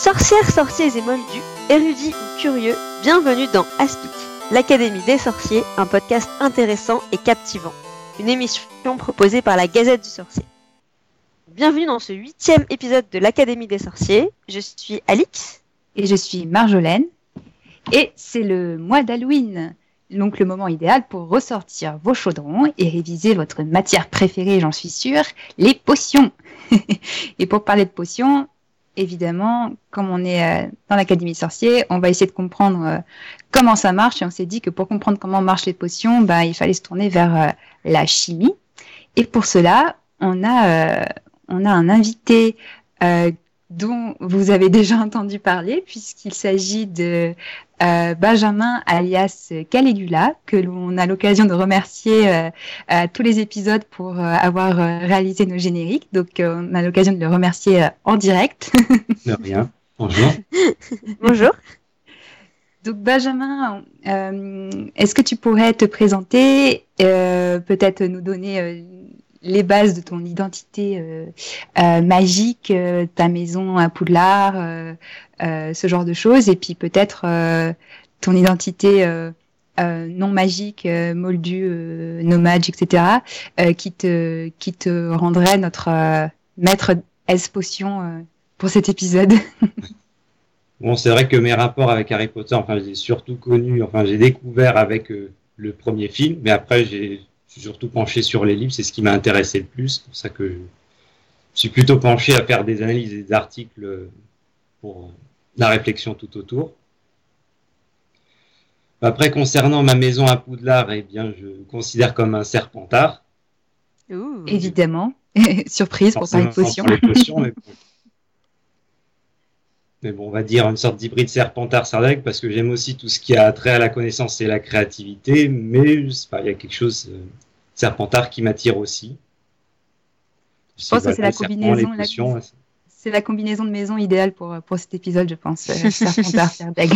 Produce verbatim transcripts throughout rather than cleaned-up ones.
Sorcières, sorciers et moldus, érudits ou curieux, bienvenue dans Aspic, l'Académie des sorciers, un podcast intéressant et captivant. Une émission proposée par la Gazette du Sorcier. Bienvenue dans ce huitième épisode de l'Académie des sorciers. Je suis Alix. Et je suis Marjolaine. Et c'est le mois d'Halloween. Donc le moment idéal pour ressortir vos chaudrons et réviser votre matière préférée, j'en suis sûre, les potions. Et pour parler de potions, évidemment, comme on est euh, dans l'Académie Sorcier, on va essayer de comprendre euh, comment ça marche. Et on s'est dit que pour comprendre comment marchent les potions, bah, il fallait se tourner vers euh, la chimie. Et pour cela, on a, euh, on a un invité euh, dont vous avez déjà entendu parler, puisqu'il s'agit de euh, Benjamin alias Caligula, que l'on a l'occasion de remercier euh, à tous les épisodes pour euh, avoir euh, réalisé nos génériques. Donc, euh, on a l'occasion de le remercier euh, en direct. De rien. Bonjour. Bonjour. Donc, Benjamin, euh, est-ce que tu pourrais te présenter, euh, peut-être nous donner euh, les bases de ton identité euh, euh, magique, euh, ta maison à Poudlard, euh, euh, ce genre de choses, et puis peut-être euh, ton identité euh, euh, non magique, euh, moldue, euh, nomade, et cetera, euh, qui te qui te rendrait notre euh, maître S potion euh, pour cet épisode. Bon, c'est vrai que mes rapports avec Harry Potter, enfin, j'ai surtout connu, enfin, j'ai découvert avec euh, le premier film, mais après, j'ai Je suis surtout penché sur les livres, c'est ce qui m'a intéressé le plus. C'est pour ça que je suis plutôt penché à faire des analyses et des articles pour la réflexion tout autour. Après, concernant ma maison à Poudlard, eh bien, je me considère comme un serpentard. Ouh. Évidemment. Surprise pour parler de potions. Pour les potions mais, bon. mais bon, on va dire une sorte d'hybride serpentard-sardaigle, parce que j'aime aussi tout ce qui a trait à la connaissance et la créativité, mais c'est pas, il y a quelque chose... Euh, Serpentard qui m'attire aussi. Je pense que c'est la combinaison, la... c'est la combinaison de maison idéale pour, pour cet épisode, je pense. Serpentard, Sardaigle.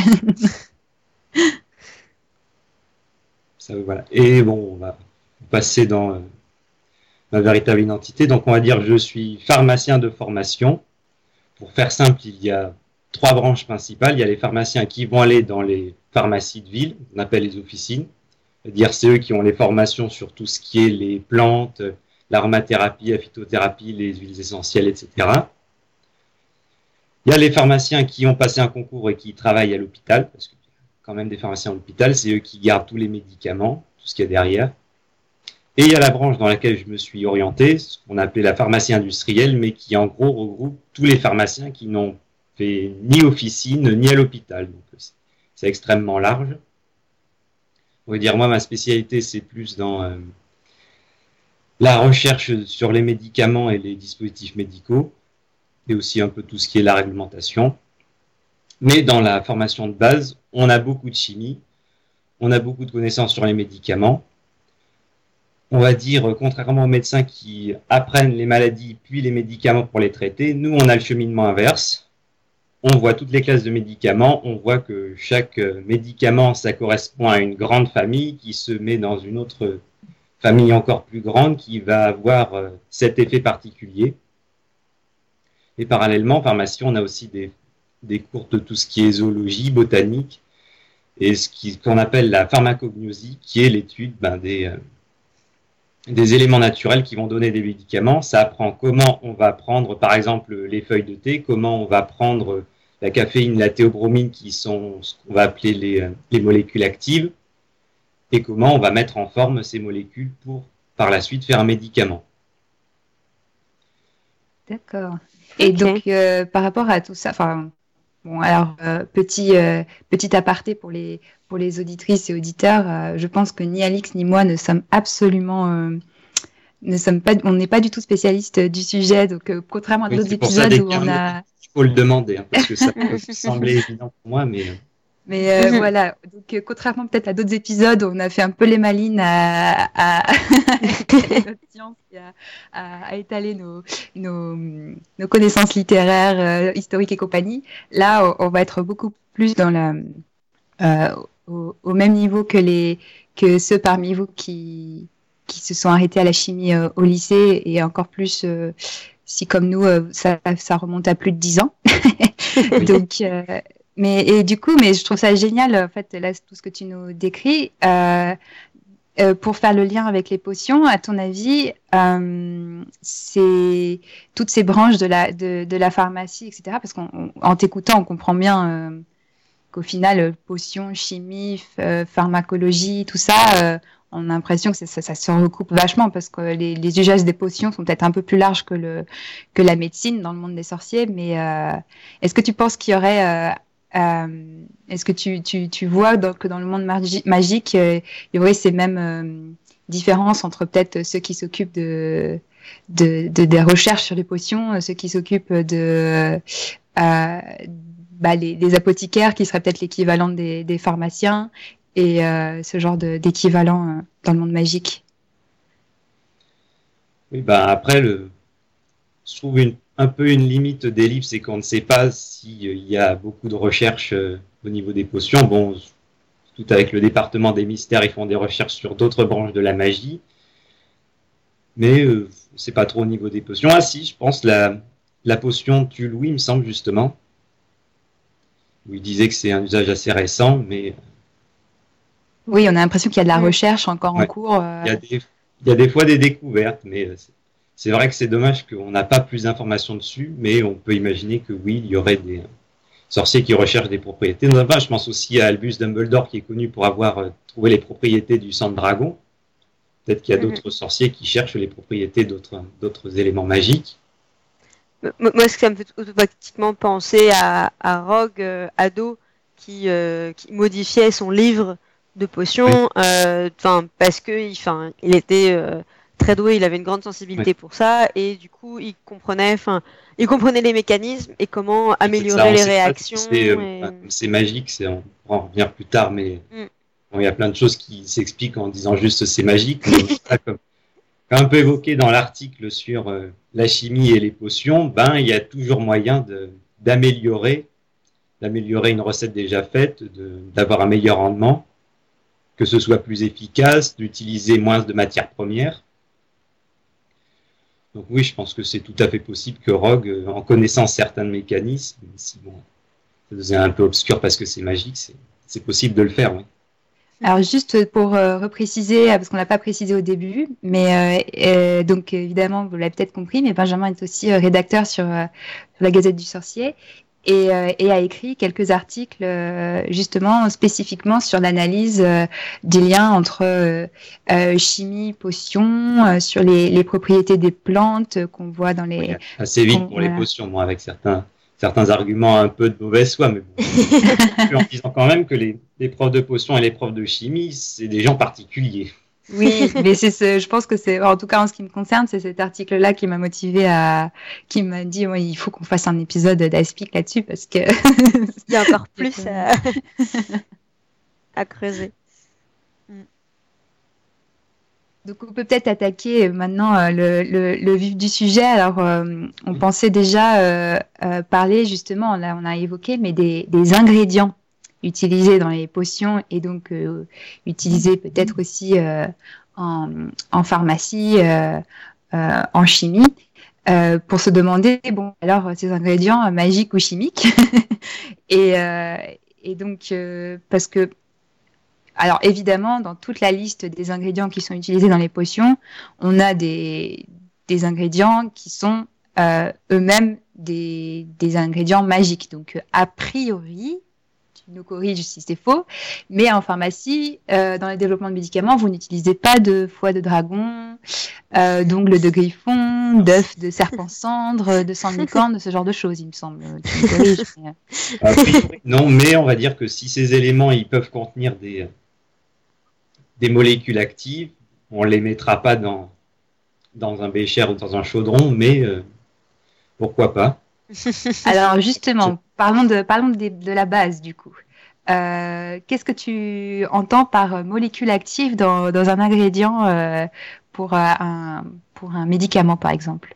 Ça, voilà. Et bon, on va passer dans euh, ma véritable identité. Donc, on va dire je suis pharmacien de formation. Pour faire simple, il y a trois branches principales. Il y a les pharmaciens qui vont aller dans les pharmacies de ville, on appelle les officines. C'est-à-dire c'est eux qui ont les formations sur tout ce qui est les plantes, l'aromathérapie, la phytothérapie, les huiles essentielles, et cetera. Il y a les pharmaciens qui ont passé un concours et qui travaillent à l'hôpital, parce qu'il y a quand même des pharmaciens à l'hôpital, c'est eux qui gardent tous les médicaments, tout ce qu'il y a derrière. Et il y a la branche dans laquelle je me suis orienté, ce qu'on appelait la pharmacie industrielle, mais qui en gros regroupe tous les pharmaciens qui n'ont fait ni officine ni à l'hôpital. Donc c'est extrêmement large. On va dire, moi, ma spécialité, c'est plus dans euh, la recherche sur les médicaments et les dispositifs médicaux, et aussi un peu tout ce qui est la réglementation. Mais dans la formation de base, on a beaucoup de chimie, on a beaucoup de connaissances sur les médicaments. On va dire, contrairement aux médecins qui apprennent les maladies puis les médicaments pour les traiter, nous, on a le cheminement inverse. On voit toutes les classes de médicaments, on voit que chaque médicament, ça correspond à une grande famille qui se met dans une autre famille encore plus grande qui va avoir cet effet particulier. Et parallèlement, en pharmacie, on a aussi des, des cours de tout ce qui est zoologie, botanique, et ce qui, qu'on appelle la pharmacognosie, qui est l'étude ben, des, euh, des éléments naturels qui vont donner des médicaments. Ça apprend comment on va prendre, par exemple, les feuilles de thé, comment on va prendre la caféine, la théobromine, qui sont ce qu'on va appeler les, les molécules actives, et comment on va mettre en forme ces molécules pour, par la suite, faire un médicament. D'accord. Et okay. donc, euh, par rapport à tout ça, enfin, bon, alors, euh, petit, euh, petit aparté pour les, pour les auditrices et auditeurs, euh, je pense que ni Alix ni moi ne sommes absolument... Euh, ne sommes pas, on n'est pas du tout spécialiste du sujet, donc euh, contrairement à oui, d'autres épisodes où on a... Il faut le demander, hein, parce que ça peut sembler évident pour moi, mais... Mais euh, mm-hmm. voilà, donc euh, contrairement peut-être à d'autres épisodes où on a fait un peu les malines à, à... notre science et à, à, à étaler nos, nos, nos connaissances littéraires, euh, historiques et compagnie, là on, on va être beaucoup plus dans la, euh, au, au même niveau que, les, que ceux parmi vous qui, qui se sont arrêtés à la chimie euh, au lycée, et encore plus... Euh, si comme nous, euh, ça, ça remonte à plus de dix ans. Donc, euh, mais et du coup, mais je trouve ça génial en fait là tout ce que tu nous décris. Euh, euh, pour faire le lien avec les potions, à ton avis, euh, c'est toutes ces branches de la de, de la pharmacie, et cetera. Parce qu'en t'écoutant, on comprend bien euh, qu'au final, potions, chimie, euh, pharmacologie, tout ça. Euh, on a l'impression que ça, ça, ça se recoupe vachement parce que les, les usages des potions sont peut-être un peu plus larges que, le, que la médecine dans le monde des sorciers. Mais euh, est-ce que tu penses qu'il y aurait... Euh, euh, est-ce que tu, tu, tu vois donc, que dans le monde magi- magique, euh, il y aurait ces mêmes euh, différences entre peut-être ceux qui s'occupent de, de, de, des recherches sur les potions, ceux qui s'occupent de... Euh, bah, les, les apothicaires qui seraient peut-être l'équivalent des, des pharmaciens et euh, ce genre de, d'équivalent euh, dans le monde magique. Oui, bah après, le... je trouve une, un peu une limite des livres, c'est qu'on ne sait pas s'il y a beaucoup de recherches euh, au niveau des potions. Bon, tout avec le département des mystères, ils font des recherches sur d'autres branches de la magie, mais euh, c'est pas trop au niveau des potions. Ah si, je pense la, la potion tue Louis, il me semble justement, où il disait que c'est un usage assez récent, mais... Oui, on a l'impression qu'il y a de la recherche encore ouais. en cours. Euh... Il y a des, il y a des fois des découvertes, mais c'est, c'est vrai que c'est dommage qu'on n'a pas plus d'informations dessus, mais on peut imaginer que oui, il y aurait des sorciers qui recherchent des propriétés. Enfin, je pense aussi à Albus Dumbledore qui est connu pour avoir euh, trouvé les propriétés du sang de dragon. Peut-être qu'il y a mm-hmm. d'autres sorciers qui cherchent les propriétés d'autres, d'autres éléments magiques. Moi, ça me fait automatiquement penser à, à Rogue, euh, ado, qui, euh, qui modifiait son livre de potions, oui. euh, parce que il, il était euh, très doué, il avait une grande sensibilité oui. pour ça, et du coup, il comprenait, il comprenait les mécanismes et comment améliorer ça, les réactions. C'est, et... euh, c'est magique, c'est, on pourra en revenir plus tard, mais mm. bon, il y a plein de choses qui s'expliquent en disant juste c'est magique. Mais ça, comme, comme un peu évoqué dans l'article sur euh, la chimie et les potions, ben il y a toujours moyen de, d'améliorer, d'améliorer une recette déjà faite, de, d'avoir un meilleur rendement, que ce soit plus efficace, d'utiliser moins de matières premières. Donc oui, je pense que c'est tout à fait possible que Rogue, en connaissant certains mécanismes, si bon, ça devient un peu obscur parce que c'est magique, c'est, c'est possible de le faire, oui. Alors juste pour euh, repréciser, parce qu'on l'a pas précisé au début, mais euh, euh, donc évidemment vous l'avez peut-être compris, mais Benjamin est aussi euh, rédacteur sur, euh, sur la Gazette du Sorcier et, euh, et a écrit quelques articles euh, justement spécifiquement sur l'analyse euh, des liens entre euh, euh, chimie, potions, euh, sur les, les propriétés des plantes qu'on voit dans les... Oui, assez vite pour voilà. les potions, moi avec certains... certains arguments un peu de mauvaise foi, mais bon, en disant quand même que les, les profs de potions et les profs de chimie, c'est des gens particuliers. Oui, mais c'est ce, je pense que c'est, en tout cas en ce qui me concerne, c'est cet article-là qui m'a motivé à, qui m'a dit, ouais, il faut qu'on fasse un épisode d'Aspic là-dessus parce que il y a encore plus à, à creuser. Donc on peut peut-être attaquer maintenant euh, le, le, le vif du sujet. Alors euh, on pensait déjà euh, euh, parler justement, là on a évoqué, mais des, des ingrédients utilisés dans les potions et donc euh, utilisés peut-être aussi euh, en, en pharmacie, euh, euh, en chimie, euh, pour se demander, bon alors ces ingrédients euh, magiques ou chimiques et, euh, et donc euh, parce que alors évidemment, dans toute la liste des ingrédients qui sont utilisés dans les potions, on a des, des ingrédients qui sont euh, eux-mêmes des, des ingrédients magiques. Donc a priori, tu nous corriges si c'est faux, mais en pharmacie, euh, dans le développement de médicaments, vous n'utilisez pas de foie de dragon, euh, d'ongles de griffon, d'œufs de serpent cendre, de sang de licorne, de ce genre de choses, il me semble. Tu nous corriges, mais... A priori, non, mais on va dire que si ces éléments ils peuvent contenir des... des molécules actives, on ne les mettra pas dans, dans un bécher ou dans un chaudron, mais euh, pourquoi pas. Alors justement, parlons de, parlons de, de la base du coup. Euh, qu'est-ce que tu entends par molécule active dans, dans un ingrédient euh, pour, un, pour un médicament par exemple?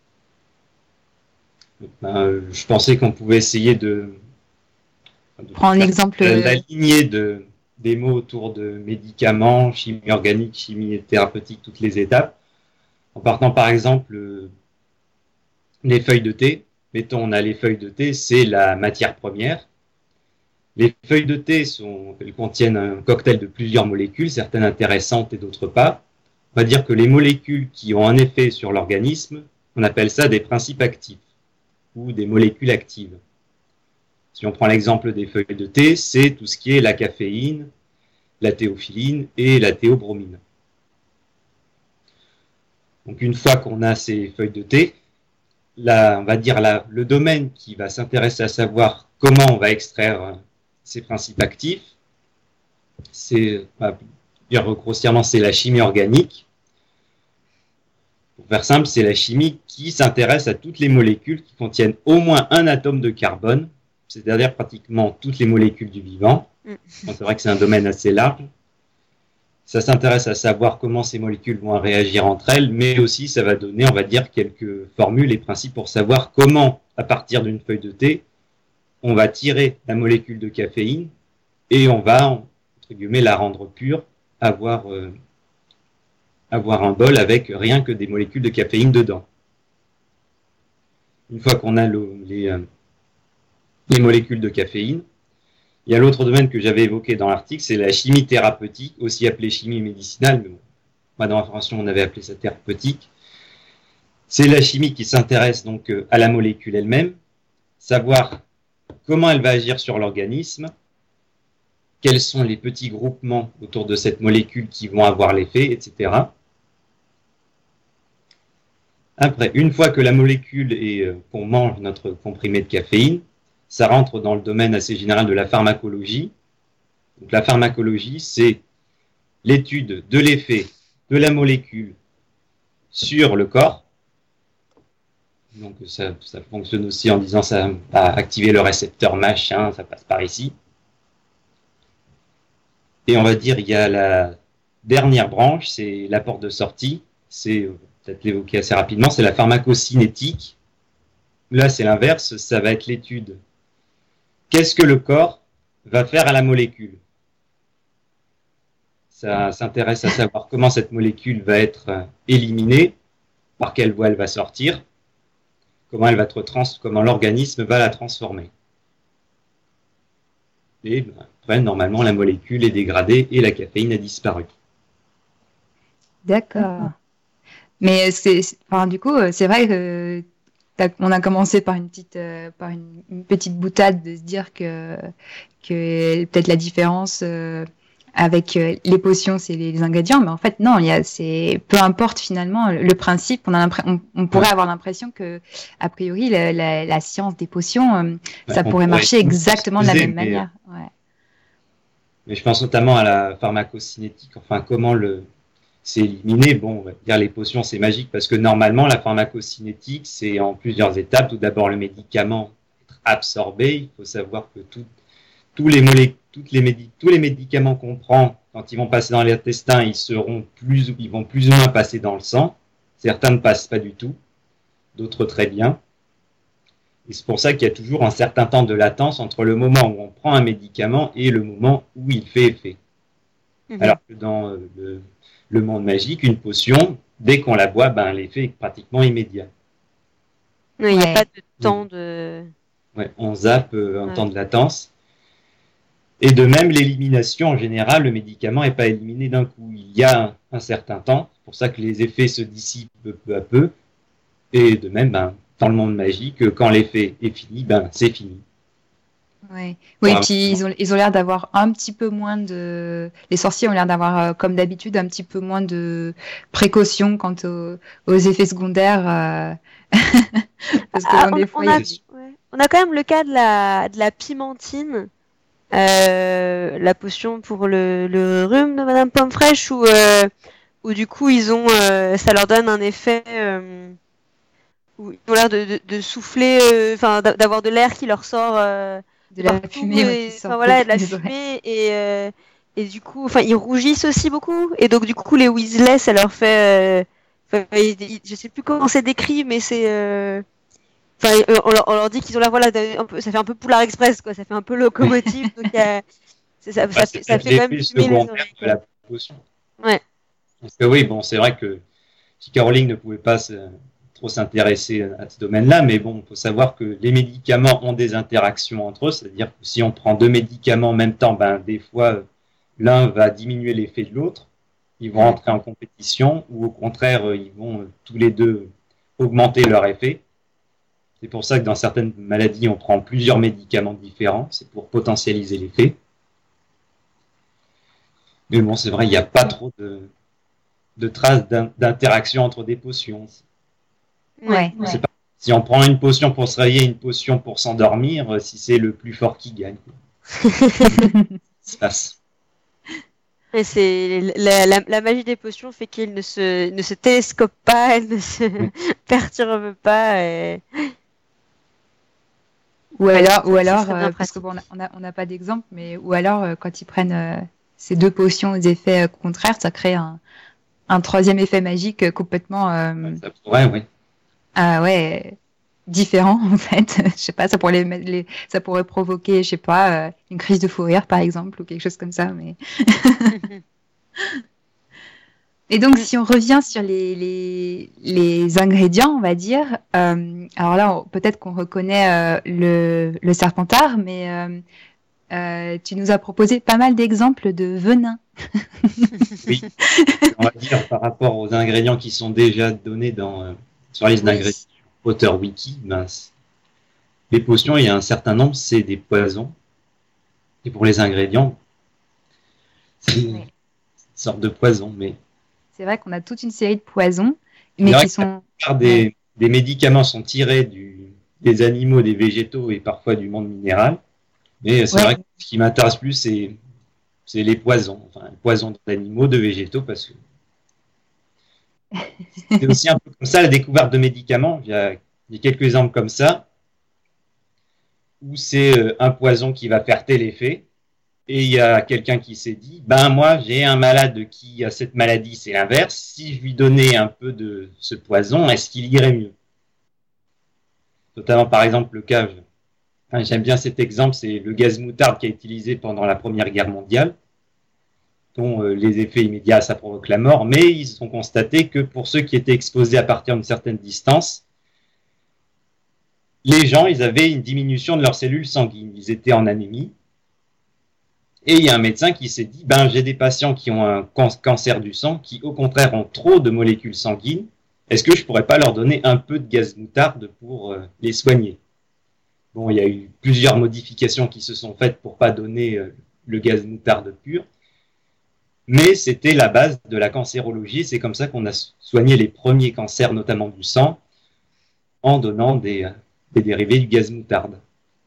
Ben, je pensais qu'on pouvait essayer de... de Prends un exemple. La, la lignée de... des mots autour de médicaments, chimie organique, chimie thérapeutique, toutes les étapes, en partant par exemple euh, les feuilles de thé. mettons, on a les feuilles de thé, c'est la matière première. Les feuilles de thé sont, elles contiennent un cocktail de plusieurs molécules, certaines intéressantes et d'autres pas. On va dire que les molécules qui ont un effet sur l'organisme, on appelle ça des principes actifs ou des molécules actives. Si on prend l'exemple des feuilles de thé, c'est tout ce qui est la caféine, la théophiline et la théobromine. Donc une fois qu'on a ces feuilles de thé, là, on va dire là, le domaine qui va s'intéresser à savoir comment on va extraire ces principes actifs, c'est, on va dire grossièrement, c'est la chimie organique. Pour faire simple, c'est la chimie qui s'intéresse à toutes les molécules qui contiennent au moins un atome de carbone, c'est-à-dire pratiquement toutes les molécules du vivant. Bon, c'est vrai que c'est un domaine assez large. Ça s'intéresse à savoir comment ces molécules vont réagir entre elles, mais aussi ça va donner, on va dire, quelques formules et principes pour savoir comment, à partir d'une feuille de thé, on va tirer la molécule de caféine et on va, entre guillemets, la rendre pure, avoir, euh, avoir un bol avec rien que des molécules de caféine dedans. Une fois qu'on a le, les, euh, les molécules de caféine, il y a l'autre domaine que j'avais évoqué dans l'article, c'est la chimie thérapeutique, aussi appelée chimie médicinale, mais bon, moi dans la formation on avait appelé ça thérapeutique. C'est la chimie qui s'intéresse donc à la molécule elle-même, savoir comment elle va agir sur l'organisme, quels sont les petits groupements autour de cette molécule qui vont avoir l'effet, et cetera. Après, une fois que la molécule est, qu'on mange notre comprimé de caféine, ça rentre dans le domaine assez général de la pharmacologie. Donc, la pharmacologie, c'est l'étude de l'effet de la molécule sur le corps. Donc ça, ça fonctionne aussi en disant ça va activer le récepteur machin, ça passe par ici. Et on va dire il y a la dernière branche, c'est la porte de sortie, c'est peut-être l'évoquer assez rapidement, c'est la pharmacocinétique. Là c'est l'inverse, ça va être l'étude. Qu'est-ce que le corps va faire à la molécule? Ça s'intéresse à savoir comment cette molécule va être éliminée, par quelle voie elle va sortir, comment elle va être trans, comment l'organisme va la transformer. Et après, normalement, la molécule est dégradée et la caféine a disparu. D'accord. Mais c'est, enfin, du coup, c'est vrai que on a commencé par une petite, euh, par une, une petite boutade de se dire que, que peut-être la différence euh, avec euh, les potions, c'est les, les ingrédients, mais en fait non, il y a, c'est peu importe finalement le principe. On a on, on pourrait ouais. avoir l'impression que a priori la, la, la science des potions, euh, ouais, ça pourrait, pourrait marcher exactement de la même mais, manière. Ouais. Mais je pense notamment à la pharmacocinétique. Enfin, comment le c'est éliminé. Bon, on va dire les potions, c'est magique parce que normalement, la pharmacocinétique, c'est en plusieurs étapes. Tout d'abord, le médicament être absorbé. Il faut savoir que tout, tous, les molé- toutes les médi- tous les médicaments qu'on prend, quand ils vont passer dans l'intestin, ils seront plus, ils vont plus ou moins passer dans le sang. Certains ne passent pas du tout, d'autres très bien. Et c'est pour ça qu'il y a toujours un certain temps de latence entre le moment où on prend un médicament et le moment où il fait effet. Mmh. Alors que dans euh, le Le monde magique, une potion, dès qu'on la boit, ben, l'effet est pratiquement immédiat. Oui, il n'y a pas de temps de... Ouais, on zappe euh, un ouais. temps de latence. Et de même, l'élimination, en général, le médicament n'est pas éliminé d'un coup. Il y a un, un certain temps. C'est pour ça que les effets se dissipent peu, peu à peu. Et de même, ben, dans le monde magique, quand l'effet est fini, ben, c'est fini. Ouais. Oui, et puis ils ont, ils ont l'air d'avoir un petit peu moins de... Les sorciers ont l'air d'avoir, euh, comme d'habitude, un petit peu moins de précautions quant aux, aux effets secondaires. Euh... Parce que ah, on, des fois, on, a, il... ouais. on a quand même le cas de la, de la pimentine, euh, la potion pour le, le rhume de Madame Pomme Fraîche, où, euh, où du coup, ils ont, euh, ça leur donne un effet... Euh, où ils ont l'air de, de, de souffler, enfin euh, d'avoir de l'air qui leur sort... Euh, de la fumée, et, enfin, voilà, de la fumée et, euh, et du coup, enfin, ils rougissent aussi beaucoup et donc du coup les Weasley, ça leur fait, euh, je sais plus comment c'est décrit, mais c'est, euh, enfin, on, on leur dit qu'ils ont la voilà, un peu, ça fait un peu Poulard Express quoi, ça fait un peu locomotive, donc euh, ça, ça, bah, ça, ça fait même fumer les oreilles. De la potion. Ouais. Parce que oui, bon, c'est vrai que si Caroline ne pouvait pas se trop s'intéresser à ce domaine-là, mais bon, il faut savoir que les médicaments ont des interactions entre eux, c'est-à-dire que si on prend deux médicaments en même temps, ben, des fois, l'un va diminuer l'effet de l'autre, ils vont entrer en compétition, ou au contraire, ils vont euh, tous les deux augmenter leur effet. C'est pour ça que dans certaines maladies, on prend plusieurs médicaments différents, c'est pour potentialiser l'effet. Mais bon, c'est vrai, il n'y a pas trop de, de traces d'in- d'interaction entre des potions. Ouais. On sait pas. Si on prend une potion pour se réveiller, une potion pour s'endormir, euh, si c'est le plus fort qui gagne. Ça se passe. Et c'est la, la, la magie des potions fait qu'ils ne se, ne se télescopent pas, elles ne se perturbent pas. Et... Ou alors, ou Ça alors serait bien euh, parce que pratique. bon, on n'a on a pas d'exemple, mais ou alors euh, quand ils prennent euh, ces deux potions aux effets euh, contraires, ça crée un, un troisième effet magique euh, complètement euh, Ça pourrait, oui. ah ouais différent en fait. Je sais pas, ça pourrait les, les- ça pourrait provoquer, je sais pas, euh, une crise de fou rire par exemple ou quelque chose comme ça. Mais et donc Mm. si on revient sur les les, les ingrédients, on va dire, euh, alors là on- peut-être qu'on reconnaît euh, le le serpentard, mais euh, euh, tu nous as proposé pas mal d'exemples de venin. Oui. On va dire par rapport aux ingrédients qui sont déjà donnés dans, euh, sur les Oui. ingrédients Potter Wiki, ben, c- les potions, il y a un certain nombre, c'est des poisons. Et pour les ingrédients, c'est une Oui. sorte de poison. Mais C'est vrai qu'on a toute une série de poisons, c'est mais vrai qui que la sont plupart des, des médicaments sont tirés du, des animaux, des végétaux et parfois du monde minéral. Mais c'est Ouais. vrai que ce qui m'intéresse plus, c'est, c'est les poisons. Enfin, les poisons d'animaux, de végétaux, parce que c'est aussi un peu comme ça la découverte de médicaments. Il y a, il y a quelques exemples comme ça, où c'est euh, un poison qui va faire tel effet, et il y a quelqu'un qui s'est dit, ben moi j'ai un malade qui a cette maladie, c'est l'inverse, si je lui donnais un peu de ce poison, est-ce qu'il irait mieux? Notamment par exemple le cas, je- enfin, j'aime bien cet exemple, c'est le gaz moutarde qui a été utilisé pendant la Première Guerre mondiale, dont euh, les effets immédiats, ça provoque la mort, mais ils ont constaté que pour ceux qui étaient exposés à partir d'une certaine distance, les gens, ils avaient une diminution de leurs cellules sanguines, ils étaient en anémie. Et il y a un médecin qui s'est dit, ben, j'ai des patients qui ont un can- cancer du sang, qui au contraire ont trop de molécules sanguines. Est-ce que je pourrais pas leur donner un peu de gaz moutarde pour euh, les soigner? Bon, il y a eu plusieurs modifications qui se sont faites pour pas donner euh, le gaz moutarde pur, mais c'était la base de la cancérologie. C'est comme ça qu'on a soigné les premiers cancers, notamment du sang, en donnant des, euh, des dérivés du gaz moutarde.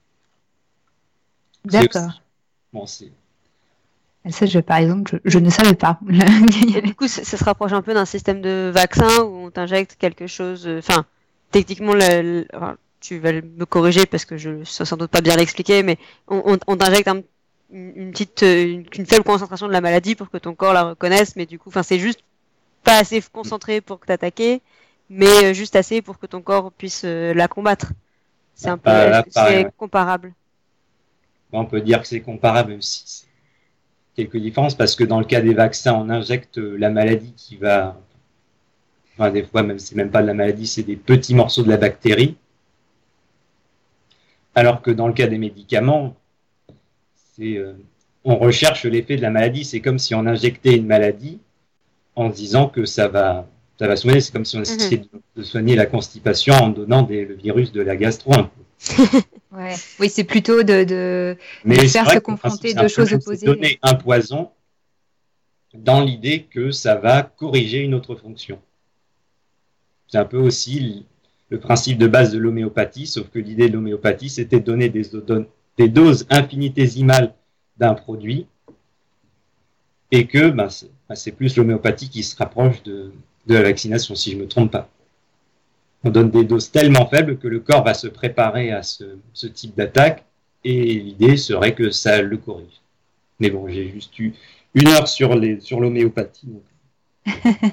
C'est d'accord. aussi- bon, c'est Ça, je, par exemple, je, je ne savais pas. Et du coup, ça, ça se rapproche un peu d'un système de vaccin où on t'injecte quelque chose. Enfin, techniquement, le, le- enfin, tu vas me corriger parce que je ne sais sans doute pas bien l'expliquer, mais on, on, on t'injecte un- une, une petite, euh, une, une faible concentration de la maladie pour que ton corps la reconnaisse, mais du coup, enfin, c'est juste pas assez concentré pour t'attaquer, mais euh, juste assez pour que ton corps puisse euh, la combattre. C'est un peu, Ah, là, est-ce que pareil, c'est ouais. comparable? On peut dire que c'est comparable, même si c'est quelques différences, parce que dans le cas des vaccins, on injecte la maladie qui va, enfin, des fois, même c'est même pas de la maladie, c'est des petits morceaux de la bactérie. Alors que dans le cas des médicaments, c'est, euh, on recherche l'effet de la maladie. C'est comme si on injectait une maladie en se disant que ça va, ça va soigner. C'est comme si on essayait de, de soigner la constipation en donnant des, le virus de la gastro. un peu. Ouais. Oui, c'est plutôt de, de, Mais de c'est faire vrai se que le principe, confronter c'est un deux peu choses le même, c'est opposées. donner un poison dans l'idée que ça va corriger une autre fonction. C'est un peu aussi le principe de base de l'homéopathie, sauf que l'idée de l'homéopathie, c'était de donner des, des doses infinitésimales d'un produit, et que ben, c'est, ben, c'est plus l'homéopathie qui se rapproche de, de la vaccination, si je ne me trompe pas. On donne des doses tellement faibles que le corps va se préparer à ce, ce type d'attaque, et l'idée serait que ça le corrige. Mais bon, j'ai juste eu une heure sur, les, sur l'homéopathie. Donc.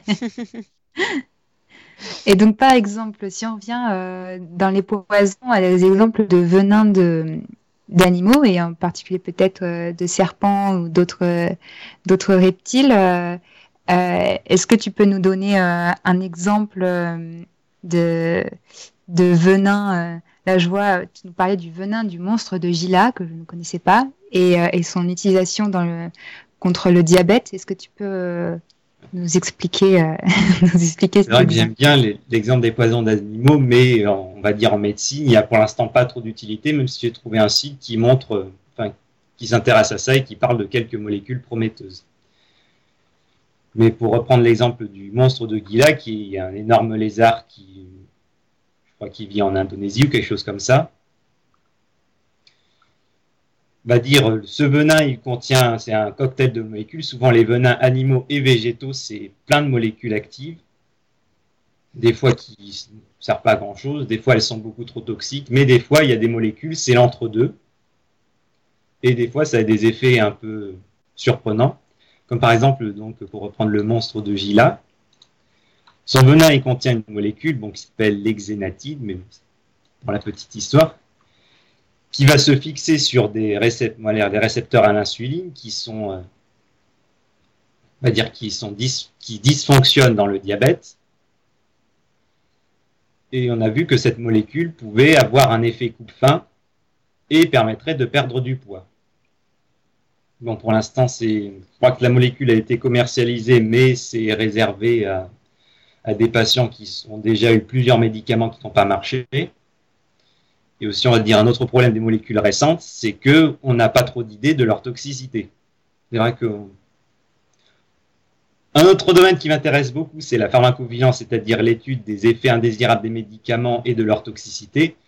Et donc, par exemple, si on revient euh, dans les poisons à des exemples de venin de, d'animaux, et en particulier peut-être euh, de serpents ou d'autres, euh, d'autres reptiles, euh, euh, est-ce que tu peux nous donner euh, un exemple euh, de, de venin. Euh, là, je vois, tu nous parlais du venin du monstre de Gila, que je ne connaissais pas, et, euh, et son utilisation dans le, contre le diabète. Est-ce que tu peux euh, nous expliquer, euh, nous expliquer C'est vrai que j'aime bien les, l'exemple des poisons d'animaux, mais en, on va dire en médecine, il n'y a pour l'instant pas trop d'utilité, même si j'ai trouvé un site qui montre, enfin, qui s'intéresse à ça et qui parle de quelques molécules prometteuses. Mais pour reprendre l'exemple du monstre de Gila, qui est un énorme lézard qui, je crois qu'il vit en Indonésie ou quelque chose comme ça, va dire ce venin, il contient, c'est un cocktail de molécules. Souvent, les venins animaux et végétaux, c'est plein de molécules actives. Des fois, qui ne servent pas à grand chose. Des fois, elles sont beaucoup trop toxiques. Mais des fois, il y a des molécules, c'est l'entre-deux. Et des fois, ça a des effets un peu surprenants. Comme par exemple, donc, pour reprendre le monstre de Gila, son venin, il contient une molécule bon, qui s'appelle l'exénatide, mais pour la petite histoire, qui va se fixer sur des, récep- des récepteurs à l'insuline qui sont, euh, on va dire, qui sont dis- qui dysfonctionnent dans le diabète. Et on a vu que cette molécule pouvait avoir un effet coupe-faim et permettrait de perdre du poids. Bon, pour l'instant, c'est, je crois que la molécule a été commercialisée, mais c'est réservé à, à des patients qui ont déjà eu plusieurs médicaments qui n'ont pas marché. Et aussi, on va dire, un autre problème des molécules récentes, c'est qu'on n'a pas trop d'idées de leur toxicité. C'est vrai que... Un autre domaine qui m'intéresse beaucoup, c'est la pharmacovigilance, c'est-à-dire l'étude des effets indésirables des médicaments et de leur toxicité.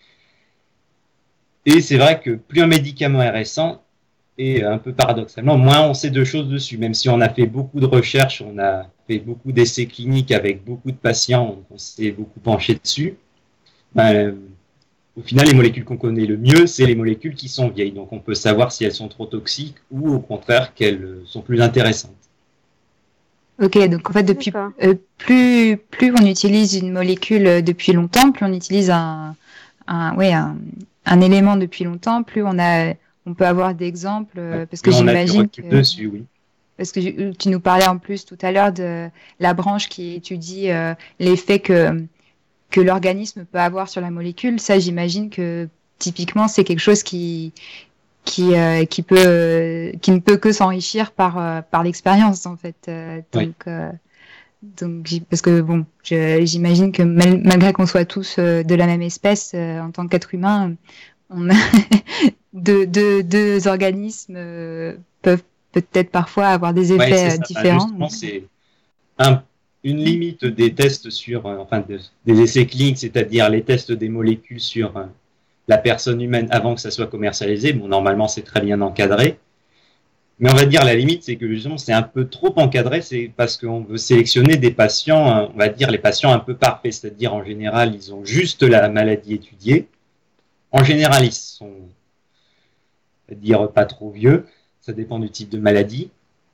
Et c'est vrai que plus un médicament est récent, et un peu paradoxalement, moins on sait de choses dessus. Même si on a fait beaucoup de recherches, on a fait beaucoup d'essais cliniques avec beaucoup de patients, on s'est beaucoup penché dessus. Ben, au final, les molécules qu'on connaît le mieux, c'est les molécules qui sont vieilles. Donc on peut savoir si elles sont trop toxiques ou au contraire qu'elles sont plus intéressantes. Ok, donc en fait, depuis euh, plus plus on utilise une molécule depuis longtemps, plus on utilise un un ouais un, un élément depuis longtemps, plus on a on peut avoir d'exemples euh, parce que on j'imagine a du que dessus, oui. Parce que tu nous parlais en plus tout à l'heure de la branche qui étudie euh, l'effet que que l'organisme peut avoir sur la molécule. Ça, j'imagine que typiquement c'est quelque chose qui qui euh, qui peut euh, qui ne peut que s'enrichir par euh, par l'expérience en fait. Euh, donc oui. euh, donc parce que bon, je, j'imagine que mal, malgré qu'on soit tous euh, de la même espèce euh, en tant qu'être humain, on a deux, deux, deux organismes euh, peuvent peut-être parfois avoir des effets ouais, différents. Justement, c'est un, une limite des tests sur, euh, enfin, de, des essais cliniques, c'est-à-dire les tests des molécules sur euh, la personne humaine avant que ça soit commercialisé. Bon, normalement, c'est très bien encadré. Mais on va dire la limite, c'est que justement, c'est un peu trop encadré, c'est parce qu'on veut sélectionner des patients, on va dire les patients un peu parfaits, c'est-à-dire en général, ils ont juste la maladie étudiée. En général, ils sont, on va dire, pas trop vieux, ça dépend du type de maladie.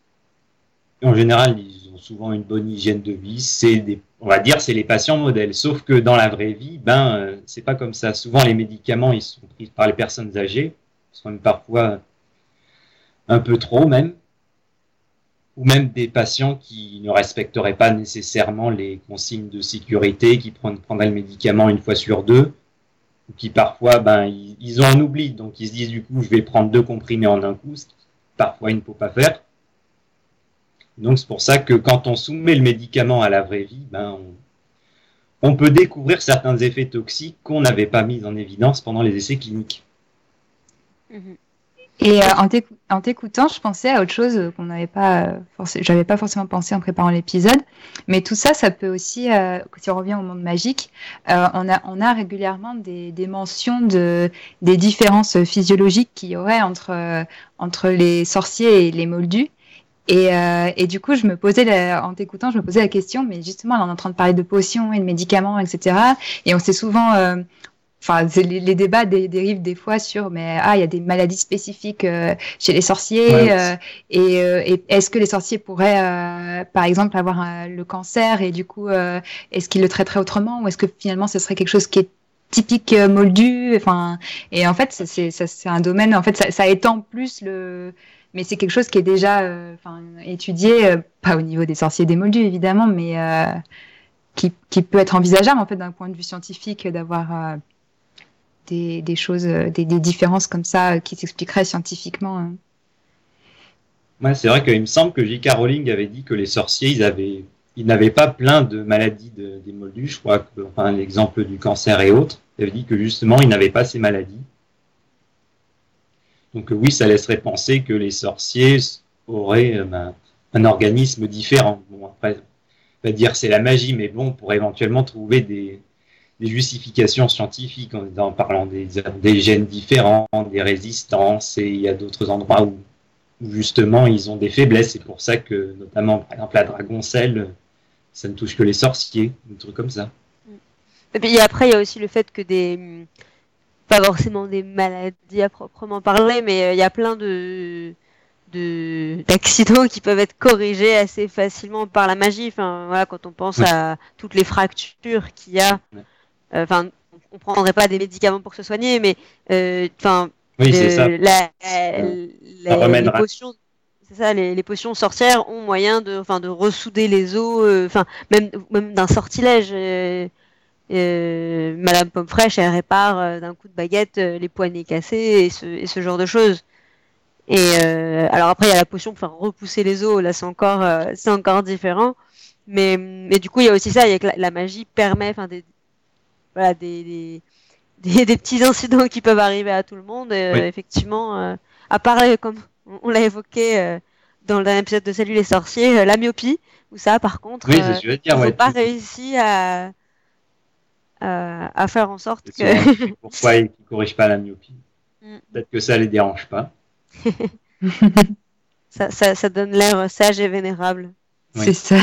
Et en général, ils ont souvent une bonne hygiène de vie, c'est des, on va dire, c'est les patients modèles. Sauf que dans la vraie vie, ben, euh, c'est pas comme ça. Souvent, les médicaments, ils sont pris par les personnes âgées, ils sont même parfois un peu trop même, ou même des patients qui ne respecteraient pas nécessairement les consignes de sécurité, qui prendraient le médicament une fois sur deux, ou qui parfois, ben, ils, ils ont un oubli, donc ils se disent du coup, je vais prendre deux comprimés en un coup, ce qui parfois il ne faut pas faire. Donc c'est pour ça que quand on soumet le médicament à la vraie vie, ben, on, on peut découvrir certains effets toxiques qu'on n'avait pas mis en évidence pendant les essais cliniques. Mmh. Et euh, en, t'écou- en t'écoutant, je pensais à autre chose qu'on n'avait pas, euh, forc- j'avais pas forcément pensé en préparant l'épisode, mais tout ça, ça peut aussi, euh, si on revient au monde magique, euh, on a, on a régulièrement des, des mentions de des différences physiologiques qu'il y aurait entre euh, entre les sorciers et les moldus. Et, euh, et du coup, je me posais, la, en t'écoutant, je me posais la question, mais justement, là, on est en train de parler de potions et de médicaments, et cetera. Et on s'est souvent euh, Enfin, les, les débats dé, dérivent des fois sur, mais ah, il y a des maladies spécifiques euh, chez les sorciers, ouais, euh, et, euh, et est-ce que les sorciers pourraient, euh, par exemple, avoir un, le cancer, et du coup, euh, est-ce qu'ils le traiteraient autrement, ou est-ce que finalement, ce serait quelque chose qui est typique euh, moldu, enfin, et en fait, c'est, c'est, ça, c'est un domaine, en fait, ça, ça étend plus le, mais c'est quelque chose qui est déjà, euh, enfin, étudié, euh, pas au niveau des sorciers et des moldus évidemment, mais euh, qui, qui peut être envisageable en fait d'un point de vue scientifique d'avoir euh, des, des choses, des, des différences comme ça euh, qui s'expliqueraient scientifiquement. Hein. Ouais, c'est vrai qu'il me semble que J K. Rowling avait dit que les sorciers, ils avaient, ils n'avaient pas plein de maladies de, des moldus. Je crois que, enfin, l'exemple du cancer et autres, il avait dit que justement, ils n'avaient pas ces maladies. Donc oui, ça laisserait penser que les sorciers auraient euh, ben, un organisme différent. Bon, après, on va dire c'est la magie, mais bon, pour éventuellement trouver des, des justifications scientifiques en, en parlant des, des gènes différents, des résistances, et il y a d'autres endroits où, où justement ils ont des faiblesses. C'est pour ça que, notamment, par exemple, la dragoncelle, ça ne touche que les sorciers, des trucs comme ça. Et puis après, il y a aussi le fait que des... pas forcément des maladies à proprement parler, mais il y a plein de... De, d'accidents qui peuvent être corrigés assez facilement par la magie. Enfin, voilà, quand on pense oui. à toutes les fractures qu'il y a, enfin, euh, on ne prendrait pas des médicaments pour se soigner, mais euh, enfin, oui, c'est ça. La, la, les, les potions, c'est ça, les, les potions sorcières ont moyen de, enfin, de ressouder les os, enfin, euh, même, même d'un sortilège. Euh, euh, Madame Pomme Fraîche, elle répare euh, d'un coup de baguette euh, les poignets cassés et ce, et ce genre de choses. Et euh, alors après il y a la potion pour faire repousser les os, là c'est encore euh, c'est encore différent, mais mais du coup il y a aussi ça, il y a que la, la magie permet, enfin des voilà des, des des des petits incidents qui peuvent arriver à tout le monde, et, oui. euh, effectivement euh, à part comme on, on l'a évoqué euh, dans le dernier épisode de Salut les sorciers, euh, la myopie, où ça par contre oui, euh, je veux dire, ils n'ont ouais, pas tout... réussi à, à à faire en sorte que pourquoi ils ne corrigent pas la myopie. Mm. Peut-être que ça les dérange pas. ça, ça, ça donne l'air sage et vénérable. Oui. C'est ça.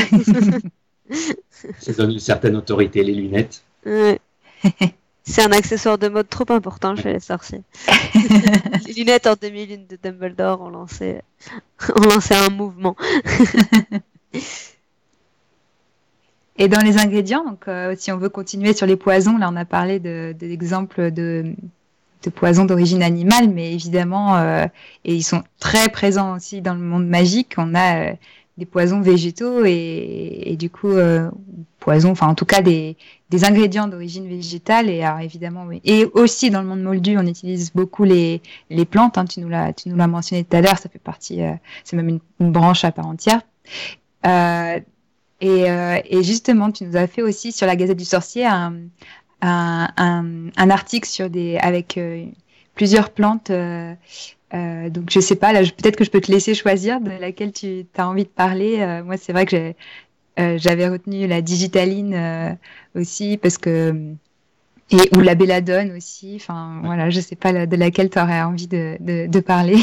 Ça donne une certaine autorité, les lunettes. Ouais. C'est un accessoire de mode trop important chez les sorciers. Les lunettes en deux mille un de Dumbledore ont lancé, ont lancé un mouvement. Et dans les ingrédients, donc, euh, si on veut continuer sur les poisons, là on a parlé de, de l'exemple de... de poisons d'origine animale, mais évidemment, euh, et ils sont très présents aussi dans le monde magique, on a euh, des poisons végétaux et, et du coup, euh, poisons, enfin en tout cas des, des ingrédients d'origine végétale, et alors évidemment, oui. Et aussi dans le monde moldu, on utilise beaucoup les, les plantes, hein, tu nous l'as, tu nous l'as mentionné tout à l'heure, ça fait partie, euh, c'est même une, une branche à part entière. Euh, et, euh, et justement, tu nous as fait aussi sur la Gazette du Sorcier un Un, un, un article sur des avec euh, plusieurs plantes. Euh, euh, donc je sais pas, là je, peut-être que je peux te laisser choisir de laquelle tu as envie de parler. Euh, moi c'est vrai que j'ai, euh, j'avais retenu la digitaline euh, aussi parce que et ou la belladone aussi. Enfin voilà, je sais pas la, de laquelle tu aurais envie de, de, de parler.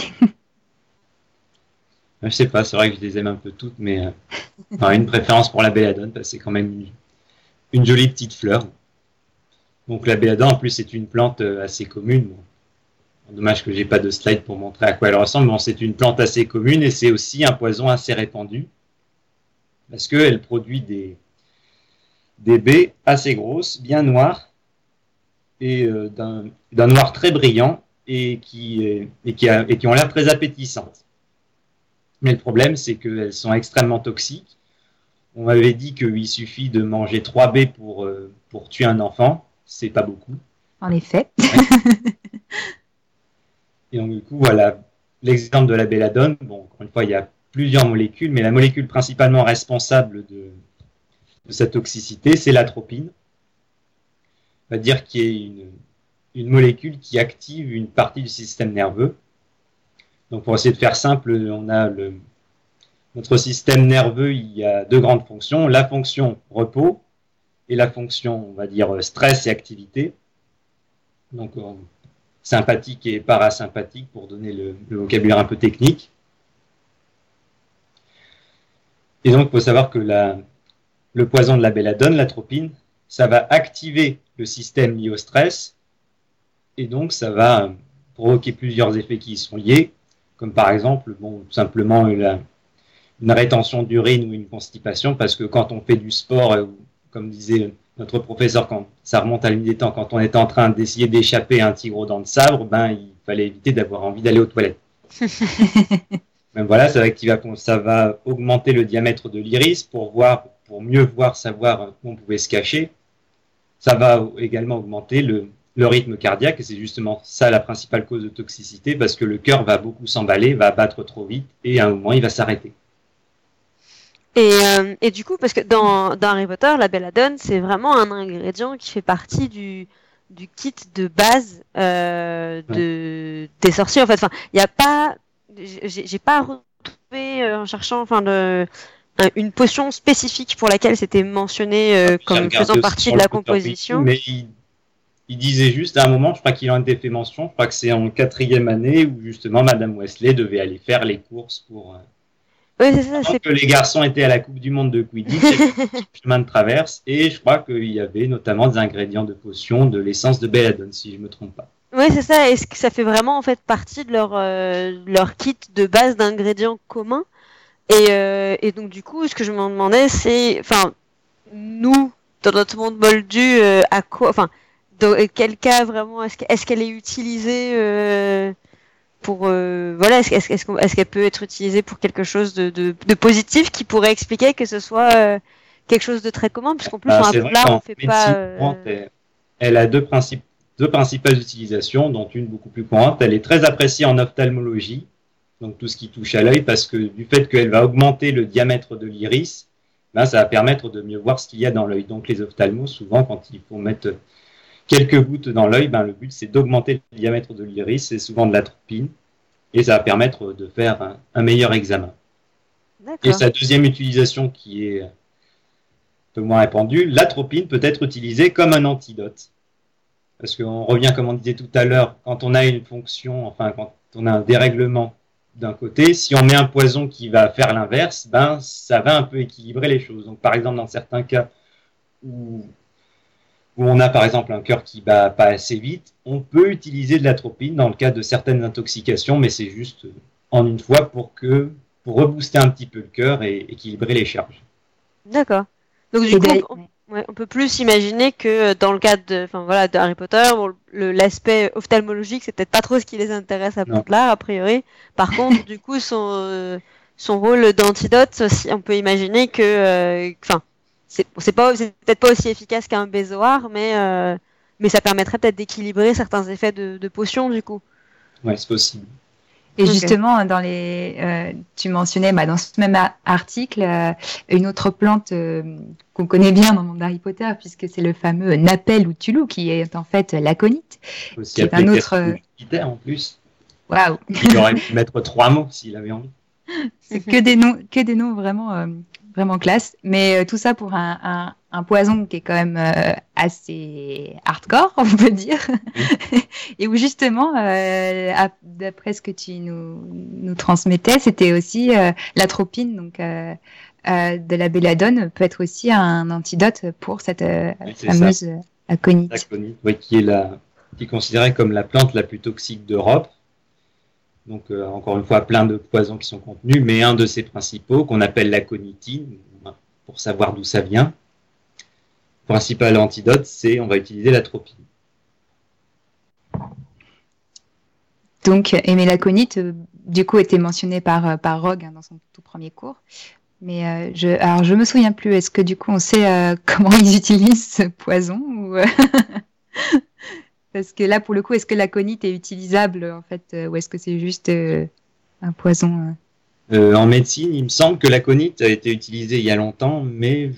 Je sais pas, c'est vrai que je les aime un peu toutes, mais euh, enfin, une préférence pour la belladone parce que c'est quand même une, une jolie petite fleur. Donc la belladone, en plus, c'est une plante assez commune. Bon, dommage que j'ai pas de slide pour montrer à quoi elle ressemble. Bon, c'est une plante assez commune et c'est aussi un poison assez répandu parce qu'elle produit des, des baies assez grosses, bien noires et euh, d'un, d'un noir très brillant et qui, et qui, a, et qui ont l'air très appétissantes. Mais le problème, c'est qu'elles sont extrêmement toxiques. On m'avait dit qu'il suffit de manger trois baies pour, euh, pour tuer un enfant. C'est pas beaucoup. En effet. Ouais. Et donc, du coup, voilà, l'exemple de la belladone. Bon, encore une fois, il y a plusieurs molécules, mais la molécule principalement responsable de, de sa toxicité, c'est l'atropine. On va dire qu'il y a une, une molécule qui active une partie du système nerveux. Donc, pour essayer de faire simple, on a le, notre système nerveux, il y a deux grandes fonctions. La fonction repos, et la fonction, on va dire, stress et activité. Donc, euh, sympathique et parasympathique pour donner le, le vocabulaire un peu technique. Et donc, il faut savoir que la, le poison de la belladone, l'atropine, ça va activer le système lié au stress. Et donc, ça va provoquer plusieurs effets qui y sont liés, comme par exemple, bon, simplement la, une rétention d'urine ou une constipation, parce que quand on fait du sport, euh, comme disait notre professeur, quand ça remonte à l'une des temps, quand on était en train d'essayer d'échapper à un tigre aux dents de sabre, ben, il fallait éviter d'avoir envie d'aller aux toilettes. même voilà, ça va, activer, ça va augmenter le diamètre de l'iris pour voir, pour mieux voir, savoir où on pouvait se cacher. Ça va également augmenter le, le rythme cardiaque, et c'est justement ça la principale cause de toxicité, parce que le cœur va beaucoup s'emballer, va battre trop vite, et à un moment, il va s'arrêter. Et, euh, et du coup, parce que dans, dans Harry Potter, la belladone, c'est vraiment un ingrédient qui fait partie du, du kit de base euh, de, ouais. des sorciers. En fait, enfin, il n'y a pas, j'ai, j'ai pas retrouvé euh, en cherchant, enfin, le, une potion spécifique pour laquelle c'était mentionné euh, comme faisant partie de la composition. Mais il, il disait juste à un moment, je crois qu'il en était fait mention, je crois que c'est en quatrième année où justement Madame Weasley devait aller faire les courses pour. Euh, Oui, c'est ça. C'est... que les garçons étaient à la Coupe du Monde de Quidditch, chemin de traverse, et je crois qu'il y avait notamment des ingrédients de potions, de l'essence de belladone, si je ne me trompe pas. Oui, c'est ça. Est-ce que ça fait vraiment en fait partie de leur euh, leur kit de base d'ingrédients communs? Et euh, et donc du coup, ce que je me demandais, c'est, enfin, nous dans notre monde moldu, euh, à quoi, enfin, dans quel cas vraiment est-ce, est-ce qu'elle est utilisée euh, pour euh, voilà, est-ce, est-ce, est-ce, est-ce qu'elle peut être utilisée pour quelque chose de, de, de positif qui pourrait expliquer que ce soit euh, quelque chose de très commun, puisqu'en plus, bah, en Poudlard, on fait pas. Euh... Elle, elle a deux, principes, deux principales utilisations, dont une beaucoup plus courante. Elle est très appréciée en ophtalmologie, donc tout ce qui touche à l'œil, parce que du fait qu'elle va augmenter le diamètre de l'iris, ben, ça va permettre de mieux voir ce qu'il y a dans l'œil. Donc les ophtalmos, souvent, quand il faut mettre quelques gouttes dans l'œil, ben, le but c'est d'augmenter le diamètre de l'iris, c'est souvent de l'atropine, et ça va permettre de faire un, un meilleur examen. D'accord. Et sa deuxième utilisation qui est un peu moins répandue, l'atropine peut être utilisée comme un antidote. Parce qu'on revient, comme on disait tout à l'heure, quand on a une fonction, enfin quand on a un dérèglement d'un côté, si on met un poison qui va faire l'inverse, ben ça va un peu équilibrer les choses. Donc par exemple, dans certains cas où où on a par exemple un cœur qui bat pas assez vite, on peut utiliser de l'atropine dans le cas de certaines intoxications, mais c'est juste en une fois pour que pour rebooster un petit peu le cœur et équilibrer les charges. D'accord. Donc du coup, on, ouais, on peut plus imaginer que dans le cadre de, enfin voilà, de Harry Potter, bon, le, l'aspect ophtalmologique, c'est peut-être pas trop ce qui les intéresse à Poudlard a priori. Par contre, du coup, son euh, son rôle d'antidote, on peut imaginer que, enfin. Euh, C'est, c'est, pas, c'est peut-être pas aussi efficace qu'un bézoard, mais, euh, mais ça permettrait peut-être d'équilibrer certains effets de, de potions, du coup. Oui, c'est possible. Et okay. Justement, dans les, euh, tu mentionnais bah, dans ce même article euh, une autre plante euh, qu'on connaît bien dans le monde d'Harry Potter, puisque c'est le fameux Napel ou Tulou, qui est en fait l'aconite. Aussi qui est un autre. Euh... en plus. Waouh. Il aurait pu mettre trois mots s'il avait envie. C'est que des noms, que des noms vraiment. Euh, Vraiment classe, mais euh, tout ça pour un, un, un poison qui est quand même euh, assez hardcore, on peut dire, et où justement, euh, à, d'après ce que tu nous, nous transmettais, c'était aussi euh, l'atropine, donc euh, euh, de la belladone peut être aussi un antidote pour cette euh, oui, fameuse ça. aconite. Aconite, oui, qui est la, qui est considérée comme la plante la plus toxique d'Europe. Donc, euh, encore une fois, plein de poisons qui sont contenus, mais un de ces principaux, qu'on appelle l'aconitine, pour savoir d'où ça vient. Le principal antidote, c'est on va utiliser l'atropine. Donc, et l'aconite, euh, du coup, était mentionné par, par Rogue hein, dans son tout premier cours. Mais euh, je, alors, je me souviens plus. Est-ce que, du coup, on sait euh, comment ils utilisent ce poison ou... Parce que là, pour le coup, est-ce que l'aconite est utilisable, en fait, euh, ou est-ce que c'est juste euh, un poison euh... Euh, En médecine, il me semble que l'aconite a été utilisée il y a longtemps, mais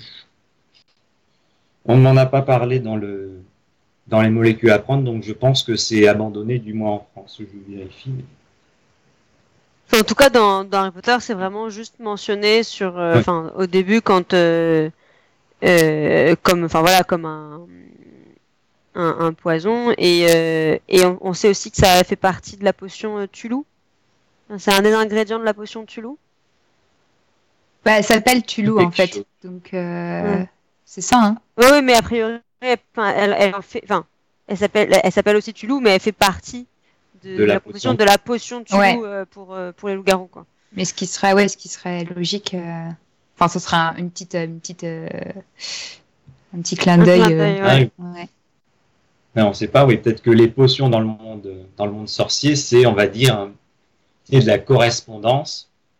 on ne m'en a pas parlé dans, le... dans les molécules à prendre, donc je pense que c'est abandonné, du moins en France, je vérifie. Mais... En tout cas, dans, dans Harry Potter, c'est vraiment juste mentionné sur, euh, ouais. au début, quand, euh, euh, comme, enfin voilà, comme un... Un, un poison et, euh, et on, on sait aussi que ça fait partie de la potion euh, Tulou. C'est un des ingrédients de la potion Tulou. Bah, elle s'appelle Tulou en fait, donc euh, ouais. C'est ça. Hein. Oui, oui, mais a priori, elle, elle, elle en fait, enfin, elle s'appelle, elle s'appelle aussi Tulou, mais elle fait partie de, de la, la potion de la potion Tulou ouais. euh, pour euh, pour les loups-garous quoi. Mais ce qui serait, ouais, ce qui serait logique, euh... enfin, ce sera une petite, une petite, euh... un petit clin d'œil. Un clin d'œil euh... ouais. Ouais. Mais on ne sait pas, oui, peut-être que les potions dans le monde, dans le monde sorcier, c'est, on va dire, c'est de la correspondance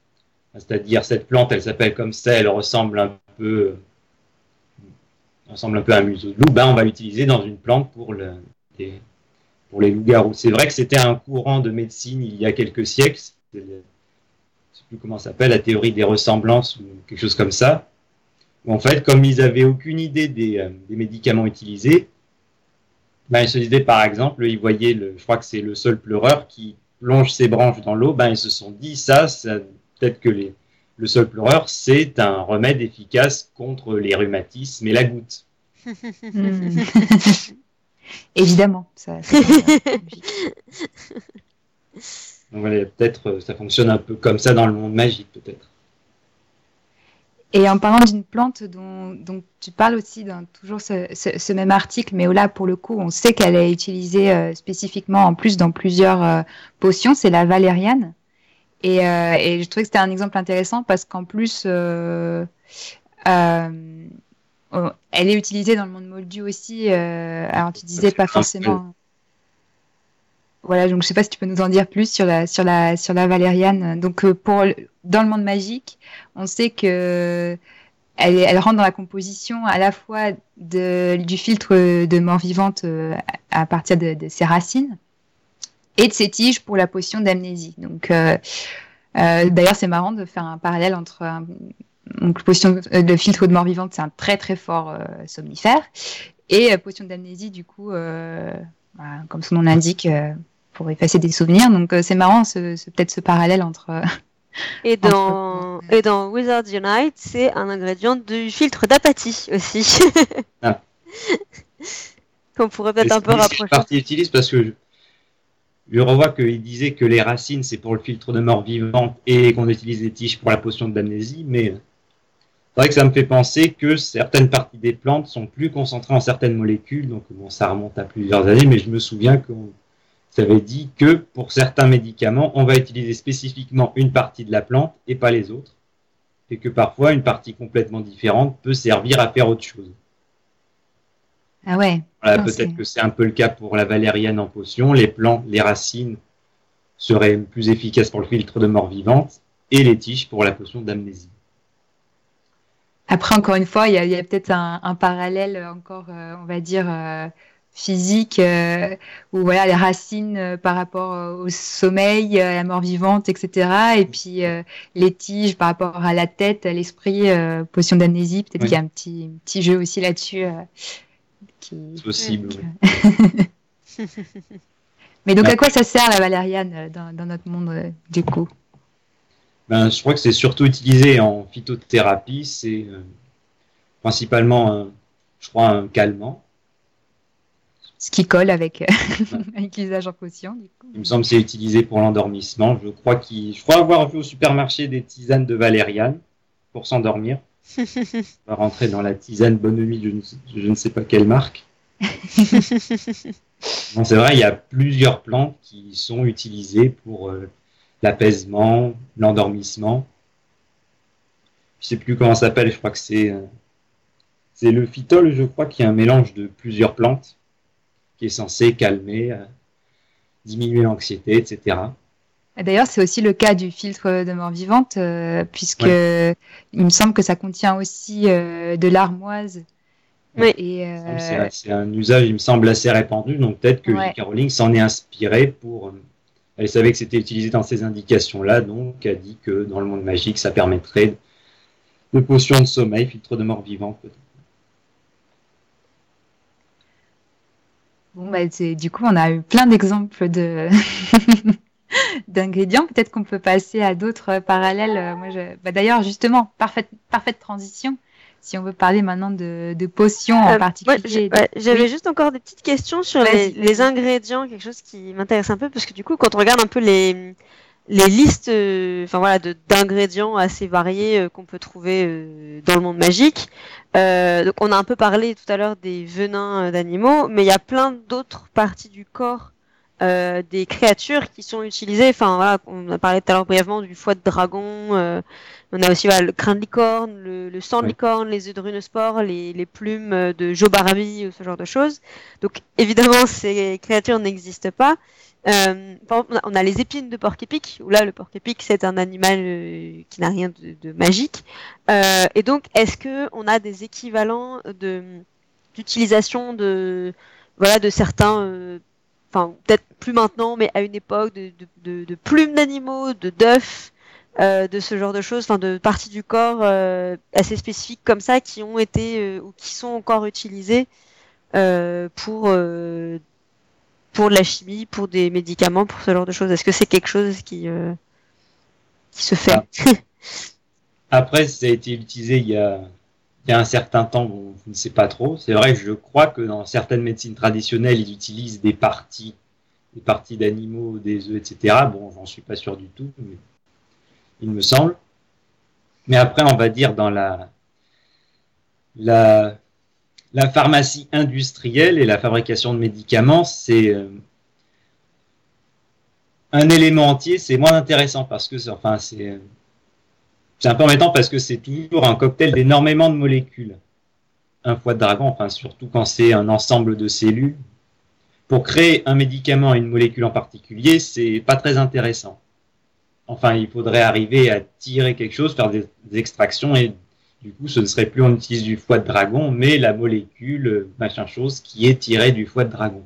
C'est-à-dire, cette plante, elle s'appelle comme ça, elle ressemble un peu, ressemble un peu à un museau de loup, ben, on va l'utiliser dans une plante pour, le, les, pour les loups-garous. C'est vrai que c'était un courant de médecine il y a quelques siècles, je ne sais plus comment ça s'appelle, la théorie des ressemblances ou quelque chose comme ça. Où en fait, comme ils n'avaient aucune idée des, euh, des médicaments utilisés, ben, ils se disaient, par exemple, ils voyaient, le, je crois que c'est le saule pleureur qui plonge ses branches dans l'eau, ben, ils se sont dit, ça, ça peut-être que les, le saule pleureur, c'est un remède efficace contre les rhumatismes et la goutte. Mmh. Évidemment, ça, ça Donc voilà, peut-être ça fonctionne un peu comme ça dans le monde magique, peut-être. Et en parlant d'une plante dont, dont tu parles aussi dans toujours ce, ce, ce même article, mais là, pour le coup, on sait qu'elle est utilisée euh, spécifiquement en plus dans plusieurs euh, potions, c'est la valériane. Et, euh, et je trouvais que c'était un exemple intéressant parce qu'en plus, euh, euh, oh, elle est utilisée dans le monde moldu aussi. Euh, alors, tu disais pas forcément... Voilà, donc je sais pas si tu peux nous en dire plus sur la sur la sur la valériane. Donc euh, pour dans le monde magique, on sait que elle, elle rentre dans la composition à la fois de du filtre de mort vivante euh, à partir de, de ses racines et de ses tiges pour la potion d'amnésie. Donc euh, euh, d'ailleurs c'est marrant de faire un parallèle entre un, donc potion de, le filtre de mort vivante, c'est un très très fort euh, somnifère, et euh, potion d'amnésie du coup euh, voilà, comme son nom l'indique. Euh, pour effacer des souvenirs, donc euh, c'est marrant ce, ce, peut-être ce parallèle entre... Euh, et, dans, entre... et dans Wizards Unite, c'est un ingrédient du filtre d'apathie aussi. Ah. Qu'on pourrait peut-être et un peu rapprocher. C'est partie utilise parce que je, je revois qu'il disait que les racines c'est pour le filtre de mort vivante et qu'on utilise les tiges pour la potion d'amnésie, mais c'est vrai que ça me fait penser que certaines parties des plantes sont plus concentrées en certaines molécules, donc bon, ça remonte à plusieurs années, mais je me souviens qu'on ça avait dit que pour certains médicaments, on va utiliser spécifiquement une partie de la plante et pas les autres. Et que parfois, une partie complètement différente peut servir à faire autre chose. Ah ouais. Voilà, peut-être que c'est un peu le cas pour la valériane en potion. Les plantes, les racines seraient plus efficaces pour le filtre de mort vivante et les tiges pour la potion d'amnésie. Après, encore une fois, il y a, y a peut-être un, un parallèle encore, euh, on va dire... Euh... physique euh, où voilà les racines euh, par rapport euh, au sommeil, à la mort vivante, et cetera. Et puis euh, les tiges par rapport à la tête, à l'esprit, euh, potion d'amnésie. Peut-être oui. qu'il y a un petit, un petit jeu aussi là-dessus. Euh, qui... C'est possible. Oui. Mais donc, à quoi ça sert la valériane dans, dans notre monde euh, du coup? Ben, je crois que c'est surtout utilisé en phytothérapie. C'est euh, principalement, un, je crois, un calmant. Ce qui colle avec, avec l'usage en potion. Du coup. Il me semble que c'est utilisé pour l'endormissement. Je crois, qu'il... je crois avoir vu au supermarché des tisanes de valériane pour s'endormir. On va rentrer dans la tisane Bonne Nuit, je ne sais, je ne sais pas quelle marque. Bon, c'est vrai, il y a plusieurs plantes qui sont utilisées pour euh, l'apaisement, l'endormissement. Je ne sais plus comment ça s'appelle, je crois que c'est, euh, c'est le phytol, je crois, qui est un mélange de plusieurs plantes, qui est censé calmer, euh, diminuer l'anxiété, et cetera. D'ailleurs, c'est aussi le cas du filtre de mort vivante, euh, puisque ouais. il me semble que ça contient aussi euh, de l'armoise. Oui. Et, euh... c'est, c'est un usage, il me semble, assez répandu, donc peut-être que ouais. J K Rowling s'en est inspirée pour... Euh, elle savait que c'était utilisé dans ces indications-là, donc a dit que dans le monde magique, ça permettrait de potions de sommeil, filtre de mort vivante, peut-être. Bon, bah, c'est, du coup, on a eu plein d'exemples de d'ingrédients. Peut-être qu'on peut passer à d'autres parallèles. Moi, je... bah, d'ailleurs, justement, parfaite, parfaite transition. Si on veut parler maintenant de, de potions en euh, particulier. Ouais, j'avais oui. juste encore des petites questions sur les, les ingrédients, quelque chose qui m'intéresse un peu, parce que du coup, quand on regarde un peu les, les listes euh, enfin, voilà, de, d'ingrédients assez variés euh, qu'on peut trouver euh, dans le monde magique, euh, donc on a un peu parlé tout à l'heure des venins euh, d'animaux, mais il y a plein d'autres parties du corps euh, des créatures qui sont utilisées. Enfin voilà, on a parlé tout à l'heure brièvement du foie de dragon, euh, on a aussi voilà, le crin de licorne, le, le sang de oui. licorne, les œufs de runessport, les, les plumes de Jobarabi, ce genre de choses. Donc évidemment ces créatures n'existent pas, Euh, par exemple, on a, on a les épines de porc-épic, où là, le porc-épic, c'est un animal euh, qui n'a rien de, de magique. Euh, et donc, est-ce que on a des équivalents de d'utilisation de voilà de certains, euh, enfin peut-être plus maintenant, mais à une époque de, de, de, de plumes d'animaux, de d'œufs, euh, de ce genre de choses, enfin de parties du corps euh, assez spécifiques comme ça qui ont été euh, ou qui sont encore utilisées euh, pour euh, pour de la chimie, pour des médicaments, pour ce genre de choses. Est-ce que c'est quelque chose qui euh, qui se fait? Ah. Après, ça a été utilisé il y a, il y a un certain temps, bon, je ne sais pas trop. C'est vrai que je crois que dans certaines médecines traditionnelles, ils utilisent des parties, des parties d'animaux, des œufs, et cetera. Bon, j'en suis pas sûr du tout, mais il me semble. Mais après, on va dire dans la, la, la pharmacie industrielle et la fabrication de médicaments, c'est euh, un élément entier, c'est moins intéressant parce que, c'est, enfin, c'est, c'est un peu embêtant parce que c'est toujours un cocktail d'énormément de molécules. Un foie de dragon, enfin, surtout quand c'est un ensemble de cellules. Pour créer un médicament et une molécule en particulier, c'est pas très intéressant. Enfin, il faudrait arriver à tirer quelque chose, faire des, des extractions et du coup, ce ne serait plus on utilise du foie de dragon, mais la molécule, machin chose, qui est tirée du foie de dragon.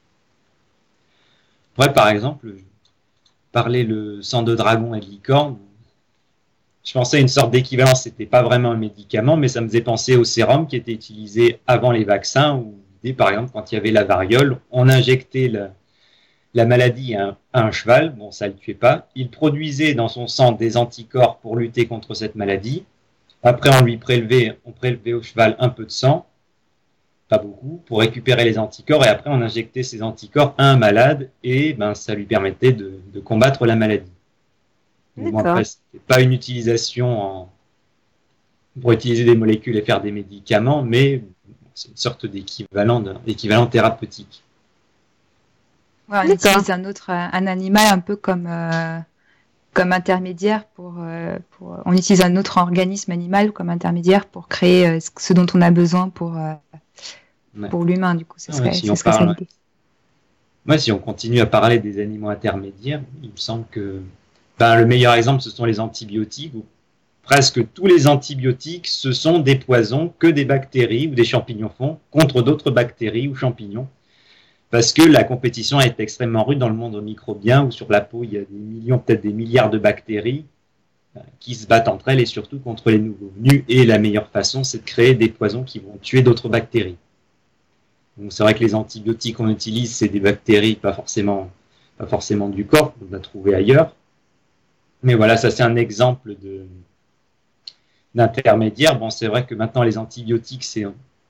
Ouais, par exemple, parler le sang de dragon et de licorne, je pensais à une sorte d'équivalence. C'était pas vraiment un médicament, mais ça me faisait penser au sérum qui était utilisé avant les vaccins, où, par exemple, quand il y avait la variole, on injectait la, la maladie à un, à un cheval, bon, ça ne le tuait pas. Il produisait dans son sang des anticorps pour lutter contre cette maladie. Après, on lui prélevait, on prélevait au cheval un peu de sang, pas beaucoup, pour récupérer les anticorps, et après, on injectait ces anticorps à un malade, et ben, ça lui permettait de, de combattre la maladie. Donc, bon, après, c'était pas une utilisation en... pour utiliser des molécules et faire des médicaments, mais c'est une sorte d'équivalent, d'équivalent thérapeutique. Ouais, on utilise un autre, un animal un peu comme, euh, comme intermédiaire pour, euh, pour, on utilise un autre organisme animal comme intermédiaire pour créer euh, ce dont on a besoin pour, euh, ouais. pour l'humain, du coup, ça serait, ouais, si ça on serait parle, ça l'idée. Moi, si on continue à parler des animaux intermédiaires, il me semble que ben, le meilleur exemple, ce sont les antibiotiques. Où presque tous les antibiotiques, ce sont des poisons que des bactéries ou des champignons font contre d'autres bactéries ou champignons. Parce que la compétition est extrêmement rude dans le monde microbien, où sur la peau, il y a des millions, peut-être des milliards de bactéries qui se battent entre elles et surtout contre les nouveaux venus. Et la meilleure façon, c'est de créer des poisons qui vont tuer d'autres bactéries. Donc c'est vrai que les antibiotiques qu'on utilise, c'est des bactéries, pas forcément, pas forcément du corps, qu'on va trouver ailleurs. Mais voilà, ça c'est un exemple de, d'intermédiaire. Bon, c'est vrai que maintenant les antibiotiques, c'est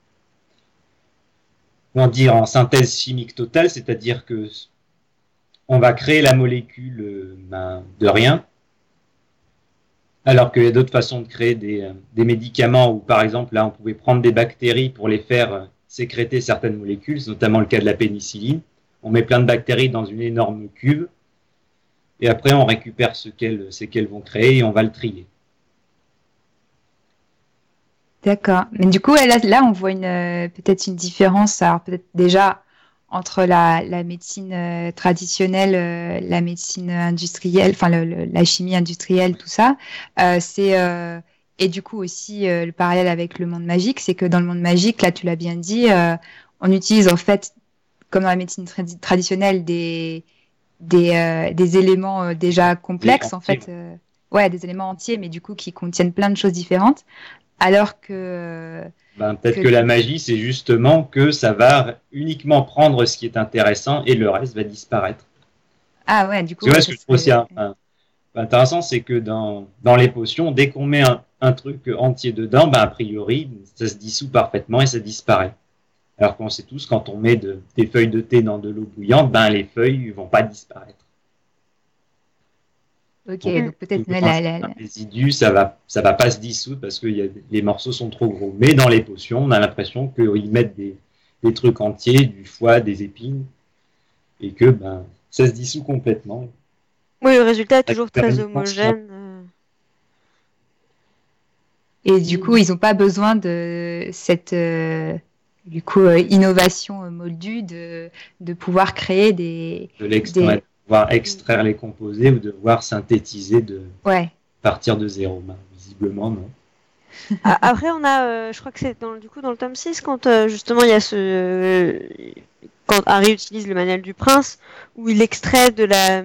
on dire en synthèse chimique totale, c'est-à-dire que on va créer la molécule ben, de rien, alors qu'il y a d'autres façons de créer des, des médicaments où, par exemple, là, on pouvait prendre des bactéries pour les faire sécréter certaines molécules, c'est notamment le cas de la pénicilline. On met plein de bactéries dans une énorme cuve, et après, on récupère ce qu'elles, ce qu'elles vont créer et on va le trier. D'accord. Mais du coup, là, là on voit une, euh, peut-être une différence, alors peut-être déjà entre la, la médecine euh, traditionnelle, euh, la médecine industrielle, enfin le, le, la chimie industrielle, tout ça. Euh, c'est euh, et du coup aussi euh, le parallèle avec le monde magique, c'est que dans le monde magique, là, tu l'as bien dit, euh, on utilise en fait, comme dans la médecine tra- traditionnelle, des des, euh, des éléments euh, déjà complexes, en fait. Euh, ouais, des éléments entiers, mais du coup qui contiennent plein de choses différentes. Alors que... Ben, peut-être que... que la magie, c'est justement que ça va uniquement prendre ce qui est intéressant et le reste va disparaître. Ah ouais, du coup... Tu vois, ce que je trouve aussi un, un, intéressant, c'est que dans, dans les potions, dès qu'on met un, un truc entier dedans, ben, a priori, ça se dissout parfaitement et ça disparaît. Alors qu'on sait tous, quand on met de, des feuilles de thé dans de l'eau bouillante, ben, les feuilles ne vont pas disparaître. Ok, donc, donc peut-être mais la, la, la... un résidu, ça va, ça va pas se dissoudre parce que y a, les morceaux sont trop gros. Mais dans les potions, on a l'impression qu'ils mettent des, des trucs entiers, du foie, des épines, et que ben ça se dissout complètement. Oui, le résultat est toujours très homogène. Et du coup, ils n'ont pas besoin de cette euh, du coup, euh, innovation euh, Moldu de, de pouvoir créer des... De l'extraire, des... de pouvoir extraire les composés ou de pouvoir synthétiser de Ouais. partir de zéro. Ben, visiblement, non. Après, on a, euh, je crois que c'est dans, du coup dans le tome six, quand euh, justement il y a ce. Euh, quand Harry utilise le manuel du prince, où il extrait de la.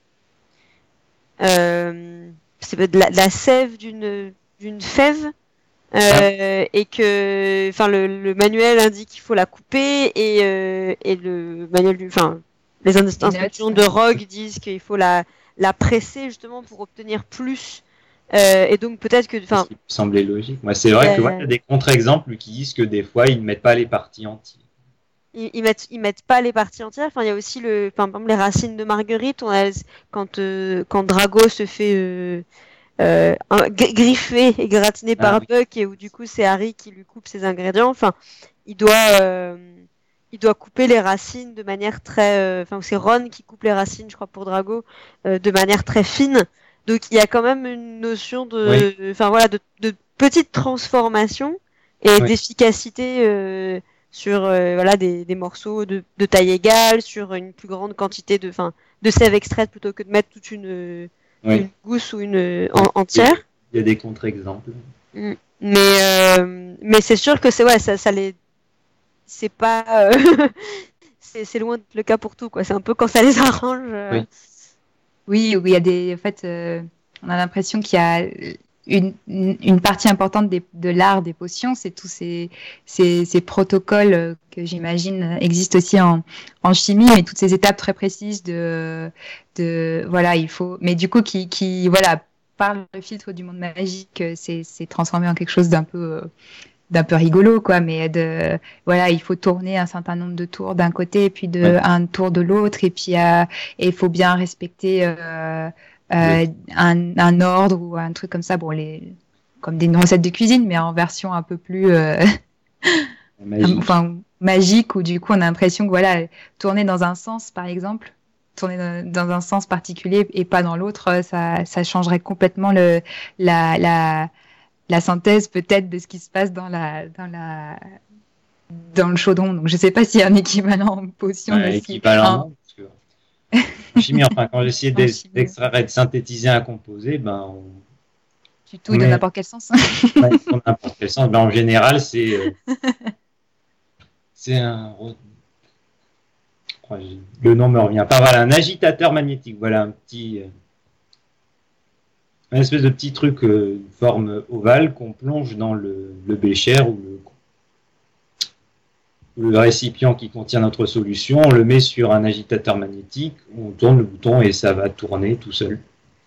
Euh, c'est de la, de la sève d'une, d'une fève. Euh, ah. Et que, enfin, le, le manuel indique qu'il faut la couper et, euh, et le manuel du, enfin, les instructions de Rogue disent qu'il faut la, la presser justement pour obtenir plus. Euh, et donc peut-être que, enfin, ce qui me semblait logique. Moi, c'est vrai euh... que ouais, il y a des contre-exemples qui disent que des fois ils ne mettent pas les parties entières. Ils, ils mettent, ils mettent pas les parties entières. Enfin, il y a aussi le, enfin, par exemple, les racines de Marguerite. On a, quand, euh, quand Drago se fait euh, euh, griffer et gratiner ah, par oui. Buck et où du coup c'est Harry qui lui coupe ses ingrédients. Enfin, il doit, euh, il doit couper les racines de manière très, enfin, euh, c'est Ron qui coupe les racines, je crois, pour Drago, euh, de manière très fine. Donc il y a quand même une notion de, enfin oui. voilà, de, de petite transformation et oui. d'efficacité euh, sur euh, voilà des, des morceaux de, de taille égale, sur une plus grande quantité de, enfin, de sève extraite plutôt que de mettre toute une, oui. une gousse ou une en, entière. Il y a des contre-exemples. Mais euh, mais c'est sûr que c'est ouais, ça, ça les, c'est pas, euh... c'est, c'est loin d'être le cas pour tout quoi. C'est un peu quand ça les arrange. Euh... Oui. Oui, oui, il y a des. En fait, euh, on a l'impression qu'il y a une, une partie importante des, de l'art des potions, c'est tous ces, ces, ces protocoles que j'imagine existent aussi en, en chimie, mais toutes ces étapes très précises de, de voilà, il faut. Mais du coup, qui, qui voilà, par le filtre du monde magique, c'est, c'est transformé en quelque chose d'un peu. d'un peu rigolo quoi, mais de voilà, il faut tourner un certain nombre de tours d'un côté et puis de ouais. un tour de l'autre et puis euh, et il faut bien respecter euh, euh, oui. un, un ordre ou un truc comme ça, bon les comme des recettes de cuisine mais en version un peu plus euh, magique. enfin magique où du coup on a l'impression que voilà, tourner dans un sens par exemple, tourner dans, dans un sens particulier et pas dans l'autre, ça ça changerait complètement le la la la synthèse peut-être de ce qui se passe dans la dans la dans le chaudron. Donc je sais pas s'il y a un équivalent en potion. Ouais, équivalent. Parce que en chimie, enfin quand j'essayais d'extraire et de synthétiser un composé, ben on... tu touilles de n'importe quel sens. Ouais, dans n'importe quel sens. Ben, en général, c'est euh... c'est un le nom me revient pas. Voilà, un agitateur magnétique. Voilà un petit euh... une espèce de petit truc euh, forme ovale qu'on plonge dans le, le bécher ou le, le récipient qui contient notre solution, on le met sur un agitateur magnétique, on tourne le bouton et ça va tourner tout seul.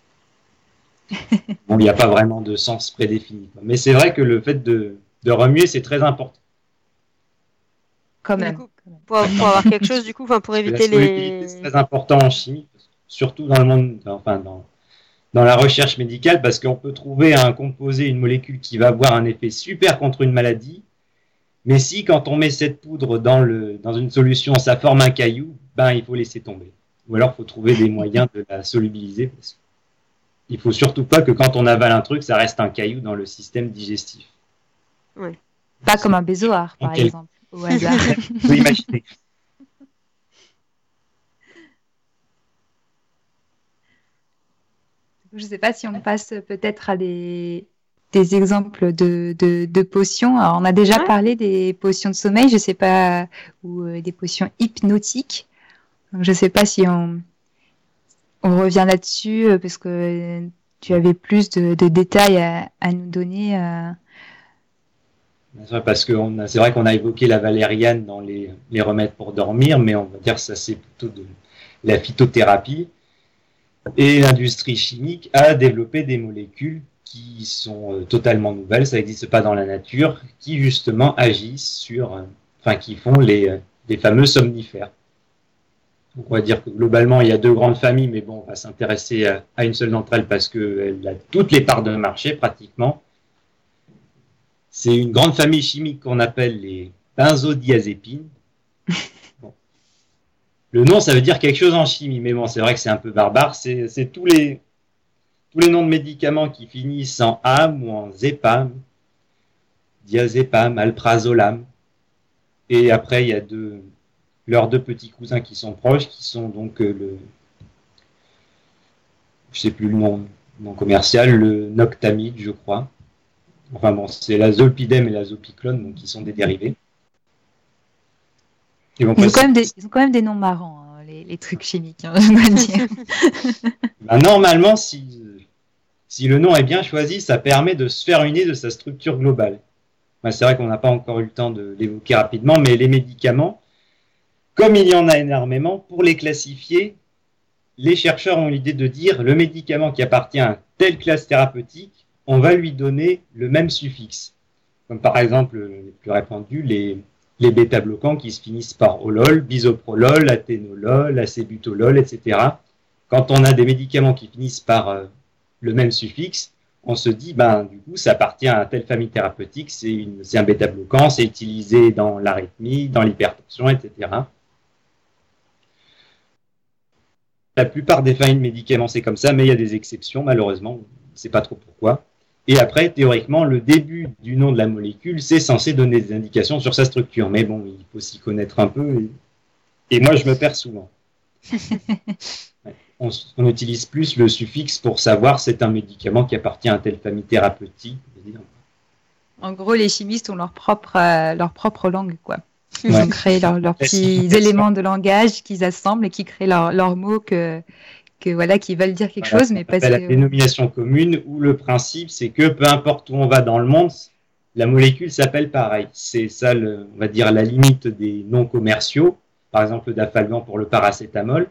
Bon, il n'y a pas vraiment de sens prédéfini. Mais c'est vrai que le fait de, de remuer, c'est très important. Quand même. Coup, pour, pour avoir quelque chose, du coup, pour éviter les... C'est très important en chimie, surtout dans le monde, enfin dans... dans la recherche médicale, parce qu'on peut trouver un composé, une molécule qui va avoir un effet super contre une maladie, mais si quand on met cette poudre dans, le, dans une solution, ça forme un caillou, ben il faut laisser tomber. Ou alors il faut trouver des moyens de la solubiliser. Parce il ne faut surtout pas que quand on avale un truc, ça reste un caillou dans le système digestif. Ouais. Pas comme un bézoard, par quel... exemple, au hasard. Vous pouvez imaginer. Je ne sais pas si on passe peut-être à des, des exemples de, de, de potions. Alors, on a déjà ouais. parlé des potions de sommeil, je ne sais pas, ou euh, des potions hypnotiques. Donc, je ne sais pas si on, on revient là-dessus, euh, parce que tu avais plus de, de détails à, à nous donner. Euh... C'est vrai, parce que on a, c'est vrai qu'on a évoqué la valériane dans les, les remèdes pour dormir, mais on va dire que ça, c'est plutôt de la phytothérapie. Et l'industrie chimique a développé des molécules qui sont euh, totalement nouvelles, ça n'existe pas dans la nature, qui justement agissent sur, euh, enfin qui font les, euh, les fameux somnifères. Donc on va dire que globalement il y a deux grandes familles, mais bon, on va s'intéresser à, à une seule d'entre elles parce qu'elle a toutes les parts de marché pratiquement. C'est une grande famille chimique qu'on appelle les benzodiazépines. Le nom, ça veut dire quelque chose en chimie, mais bon, c'est vrai que c'est un peu barbare. C'est, c'est tous les tous les noms de médicaments qui finissent en am ou en zépam, diazépam, alprazolam. Et après, il y a deux, leurs deux petits cousins qui sont proches, qui sont donc euh, le, je sais plus le nom, le nom commercial, le noctamide, je crois. Enfin bon, c'est la zolpidem et la zopiclone, donc qui sont des dérivés. Ils ont, quand même des, ils ont quand même des noms marrants, hein, les, les trucs chimiques, hein, je dois dire. Ben, normalement, si, si le nom est bien choisi, ça permet de se faire une idée de sa structure globale. Ben, c'est vrai qu'on n'a pas encore eu le temps de l'évoquer rapidement, mais les médicaments, comme il y en a énormément, pour les classifier, les chercheurs ont l'idée de dire le médicament qui appartient à telle classe thérapeutique, on va lui donner le même suffixe. Comme par exemple, les plus répandus, les, les bêta-bloquants qui se finissent par olol, bisoprolol, athénolol, acébutolol, et cetera. Quand on a des médicaments qui finissent par euh, le même suffixe, on se dit, ben, du coup, ça appartient à telle famille thérapeutique, c'est, une, c'est un bêta-bloquant, c'est utilisé dans l'arythmie, dans l'hypertension, et cetera. La plupart des familles de médicaments, c'est comme ça, mais il y a des exceptions, malheureusement, on ne sait pas trop pourquoi. Et après, théoriquement, le début du nom de la molécule, c'est censé donner des indications sur sa structure. Mais bon, il faut s'y connaître un peu. Et, et moi, je me perds souvent. Ouais. On, on utilise plus le suffixe pour savoir c'est un médicament qui appartient à telle famille thérapeutique. En gros, les chimistes ont leur propre, euh, leur propre langue, quoi. Ils ouais. ont créé leurs leur petits éléments de langage qu'ils assemblent et qui créent leurs leur mots que... que voilà, qui veulent dire quelque voilà, chose, mais pas. C'est la dénomination commune où le principe, c'est que peu importe où on va dans le monde, la molécule s'appelle pareil. C'est ça, le, on va dire, la limite des noms commerciaux. Par exemple, d'Afalgan pour le paracétamol.